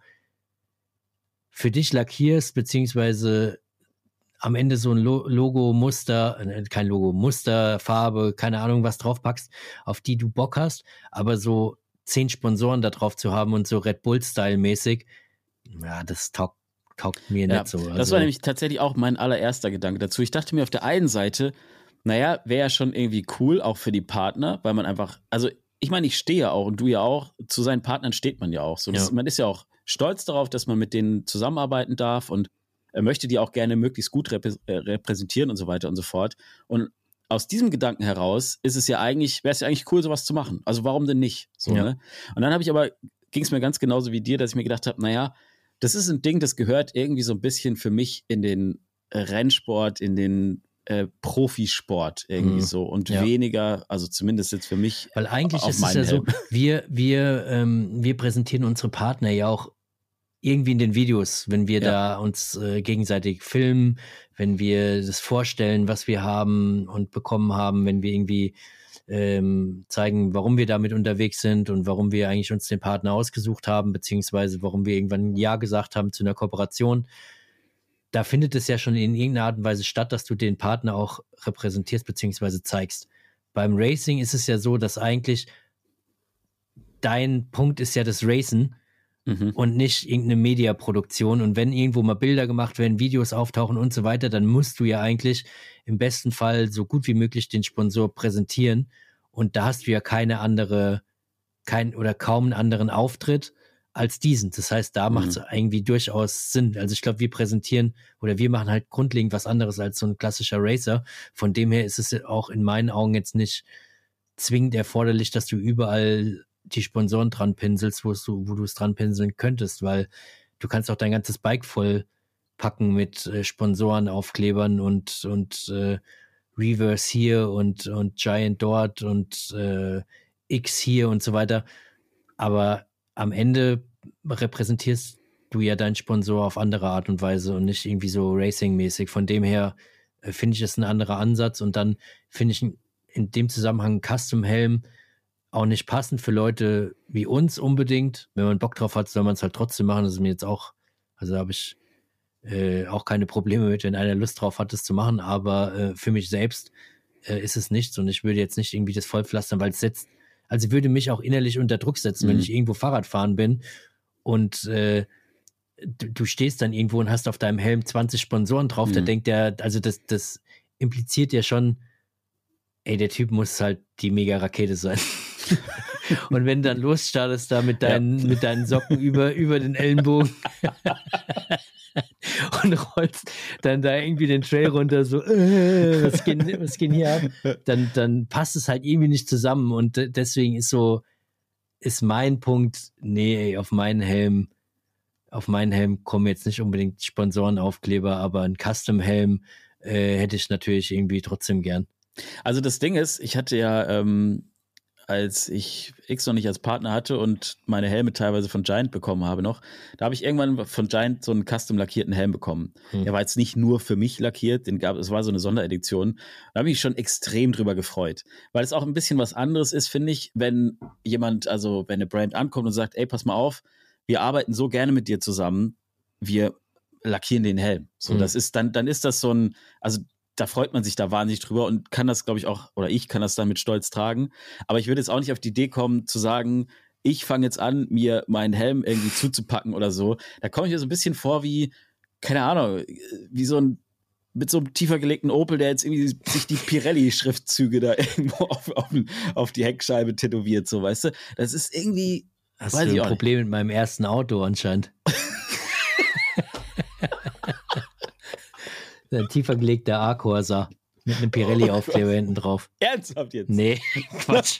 für dich lackierst, beziehungsweise am Ende so ein Lo- Logo, Muster, äh, kein Logo, Muster, Farbe, keine Ahnung, was draufpackst, auf die du Bock hast, aber so zehn Sponsoren da drauf zu haben und so Red Bull-Style-mäßig, ja, das taugt, taugt mir Ja, nicht so. Also, das war nämlich tatsächlich auch mein allererster Gedanke dazu. Ich dachte mir auf der einen Seite, naja, wäre ja schon irgendwie cool, auch für die Partner, weil man einfach, also ich meine, ich stehe ja auch und du ja auch, zu seinen Partnern steht man ja auch. So, das, Ja. Man ist ja auch stolz darauf, dass man mit denen zusammenarbeiten darf und er möchte die auch gerne möglichst gut reprä- äh, repräsentieren und so weiter und so fort. Und aus diesem Gedanken heraus ist es ja eigentlich, wäre es ja eigentlich cool, sowas zu machen. Also warum denn nicht? So, Ja. ne? Und dann habe ich aber, ging es mir ganz genauso wie dir, dass ich mir gedacht habe, naja, das ist ein Ding, das gehört irgendwie so ein bisschen für mich in den äh, Rennsport, in den äh, Profisport irgendwie Mhm. so und Ja. weniger, also zumindest jetzt für mich. Weil eigentlich auf ist es meinen ja so, Helm. wir, wir, ähm, wir präsentieren unsere Partner ja auch irgendwie in den Videos, wenn wir Ja. da uns äh, gegenseitig filmen, wenn wir das vorstellen, was wir haben und bekommen haben, wenn wir irgendwie ähm, zeigen, warum wir damit unterwegs sind und warum wir eigentlich uns den Partner ausgesucht haben, beziehungsweise warum wir irgendwann Ja gesagt haben zu einer Kooperation. Da findet es ja schon in irgendeiner Art und Weise statt, dass du den Partner auch repräsentierst beziehungsweise zeigst. Beim Racing ist es ja so, dass eigentlich dein Punkt ist ja das Racen Mhm. und nicht irgendeine Mediaproduktion. Und wenn irgendwo mal Bilder gemacht werden, Videos auftauchen und so weiter, dann musst du ja eigentlich im besten Fall so gut wie möglich den Sponsor präsentieren. Und da hast du ja keine andere, kein oder kaum einen anderen Auftritt als diesen. Das heißt, da Mhm. macht es irgendwie durchaus Sinn. Also ich glaube, wir präsentieren oder wir machen halt grundlegend was anderes als so ein klassischer Racer. Von dem her ist es auch in meinen Augen jetzt nicht zwingend erforderlich, dass du überall die Sponsoren dran pinselst, wo du, wo du es dran pinseln könntest, weil du kannst auch dein ganzes Bike voll packen mit äh, Sponsoren, Aufklebern und, und äh, Reverse hier und, und Giant dort und äh, X hier und so weiter. Aber am Ende repräsentierst du ja deinen Sponsor auf andere Art und Weise und nicht irgendwie so Racing-mäßig. Von dem her äh, finde ich es ein anderer Ansatz und dann finde ich in dem Zusammenhang Custom-Helm auch nicht passend für Leute wie uns unbedingt. Wenn man Bock drauf hat, soll man es halt trotzdem machen. Das ist mir jetzt auch, also da habe ich äh, auch keine Probleme mit, wenn einer Lust drauf hat, das zu machen. Aber äh, für mich selbst äh, ist es nichts und ich würde jetzt nicht irgendwie das vollpflastern, weil es setzt, also würde mich auch innerlich unter Druck setzen, Mhm. wenn ich irgendwo Fahrrad fahren bin und äh, du, du stehst dann irgendwo und hast auf deinem Helm zwanzig Sponsoren drauf. Mhm. Da denkt der, also das, das impliziert ja schon, ey, der Typ muss halt die Mega-Rakete sein. Und wenn du dann losstartest da mit deinen, ja. mit deinen Socken über, über den Ellenbogen und rollst dann da irgendwie den Trail runter, so, äh, was geht, was geht hier ab? Dann, dann passt es halt irgendwie nicht zusammen. Und deswegen ist so, ist mein Punkt, nee, ey, auf meinen Helm, auf meinen Helm kommen jetzt nicht unbedingt Sponsorenaufkleber, aber ein Custom-Helm äh, hätte ich natürlich irgendwie trotzdem gern. Also das Ding ist, ich hatte ja ähm, als ich X noch nicht als Partner hatte und meine Helme teilweise von Giant bekommen habe noch, da habe ich irgendwann von Giant so einen custom lackierten Helm bekommen. Hm. Der war jetzt nicht nur für mich lackiert, den gab, es war so eine Sonderedition. Da habe ich mich schon extrem drüber gefreut, weil es auch ein bisschen was anderes ist, finde ich, wenn jemand, also wenn eine Brand ankommt und sagt, ey, pass mal auf, wir arbeiten so gerne mit dir zusammen, wir lackieren den Helm. So, hm. das ist dann, dann ist das so ein, also da freut man sich da wahnsinnig drüber und kann das, glaube ich, auch, oder ich kann das dann mit Stolz tragen. Aber ich würde jetzt auch nicht auf die Idee kommen, zu sagen, ich fange jetzt an, mir meinen Helm irgendwie zuzupacken oder so. Da komme ich mir so ein bisschen vor wie, keine Ahnung, wie so ein, mit so einem tiefer gelegten Opel, der jetzt irgendwie sich die Pirelli-Schriftzüge da irgendwo auf, auf, auf die Heckscheibe tätowiert, so, weißt du? Das ist irgendwie, Hast weiß du ich ein Problem nicht. Mit meinem ersten Auto anscheinend. Ein tiefer gelegter A-Corsa mit einem Pirelli-Aufkleber oh, hinten drauf. Ernsthaft jetzt? Nee, Quatsch.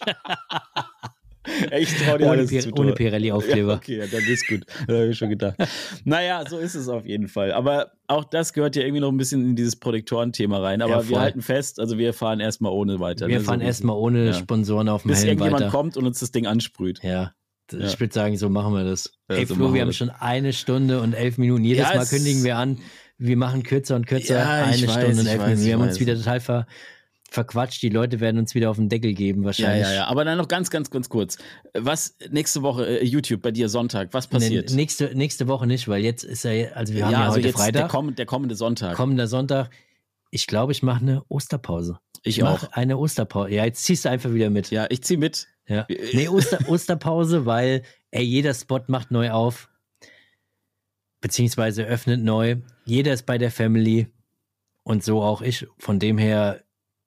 Ich trau dir ohne, alles Pir- zu. Ohne Pirelli-Aufkleber. Ja, okay, dann ist gut. Das habe ich schon gedacht. Naja, so ist es auf jeden Fall. Aber auch das gehört ja irgendwie noch ein bisschen in dieses Protektoren-Thema rein. Aber ja, wir halten fest, also wir fahren erstmal ohne weiter. Wir ne? fahren so erstmal ohne ja. Sponsoren auf dem Bis Helm weiter. Bis irgendjemand kommt und uns das Ding ansprüht. Ja. Ich ja. würde sagen, so machen wir das. Ja, Ey, so Flo, wir, wir haben schon eine Stunde und elf Minuten. Jedes ja, Mal kündigen wir an, wir machen kürzer und kürzer. Ja, eine weiß, Stunde und elf weiß, Minuten. Wir haben weiß. uns wieder total ver, verquatscht. Die Leute werden uns wieder auf den Deckel geben, wahrscheinlich. Ja, ja, ja. Aber dann noch ganz, ganz, ganz kurz. Was nächste Woche, äh, YouTube bei dir Sonntag, was passiert? Nee, nächste, nächste Woche nicht, weil jetzt ist er, also wir haben ja, ja also heute jetzt Freitag. Der, komm, der kommende Sonntag. Kommender Sonntag. Ich glaube, ich mache eine Osterpause. Ich, ich auch. mache eine Osterpause. Ja, jetzt ziehst du einfach wieder mit. Ja, ich zieh mit. Ja. Nee, Oster, Osterpause, weil, ey, jeder Spot macht neu auf. Beziehungsweise öffnet neu. Jeder ist bei der Family. Und so auch ich. Von dem her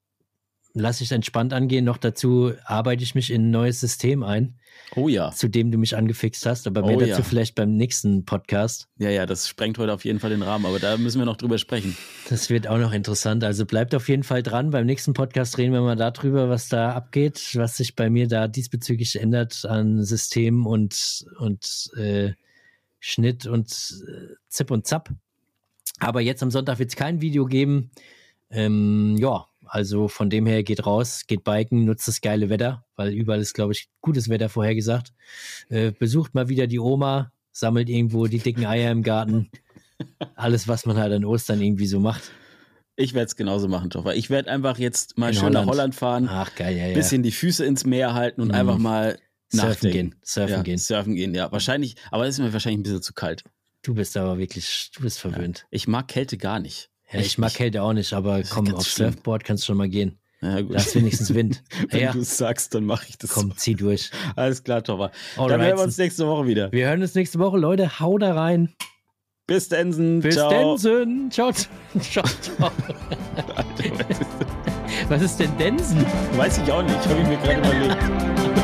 lasse ich es entspannt angehen. Noch dazu arbeite ich mich in ein neues System ein. Oh ja. Zu dem du mich angefixt hast. Aber mehr oh dazu ja. vielleicht beim nächsten Podcast. Ja, ja, das sprengt heute auf jeden Fall den Rahmen. Aber da müssen wir noch drüber sprechen. Das wird auch noch interessant. Also bleibt auf jeden Fall dran. Beim nächsten Podcast reden wir mal darüber, was da abgeht. Was sich bei mir da diesbezüglich ändert an System und, und äh, Schnitt und äh, Zip und Zap. Aber jetzt am Sonntag wird es kein Video geben. Ähm, ja, also von dem her geht raus, geht biken, nutzt das geile Wetter, weil überall ist, glaube ich, gutes Wetter vorhergesagt. Äh, besucht mal wieder die Oma, sammelt irgendwo die dicken Eier im Garten. Alles, was man halt an Ostern irgendwie so macht. Ich werde es genauso machen, Toffer. Ich werde einfach jetzt mal In schön Holland. nach Holland fahren. Ach, geil, ja, ja. Bisschen die Füße ins Meer halten und Mhm. einfach mal Surfen nachdenken. gehen. Surfen ja, gehen. Surfen gehen, ja. Wahrscheinlich, aber es ist mir wahrscheinlich ein bisschen zu kalt. Du bist aber wirklich, du bist verwöhnt. Ich mag Kälte gar nicht. Ja, ich mag Kälte auch nicht, aber ist komm, ganz auf schlimm. Surfboard kannst du schon mal gehen. Ja, gut. Da ist wenigstens Wind. Wenn Ja. du es sagst, dann mache ich das. Komm, zieh durch. Alles klar, Toffer. Alright. Dann hören wir uns nächste Woche wieder. Wir hören uns nächste Woche, Leute. Hau da rein. Bis Densen. Bis Ciao. Densen. Ciao, ciao, ciao. Alter, was ist das? Was ist denn Densen? Weiß ich auch nicht. Habe ich mir gerade überlegt.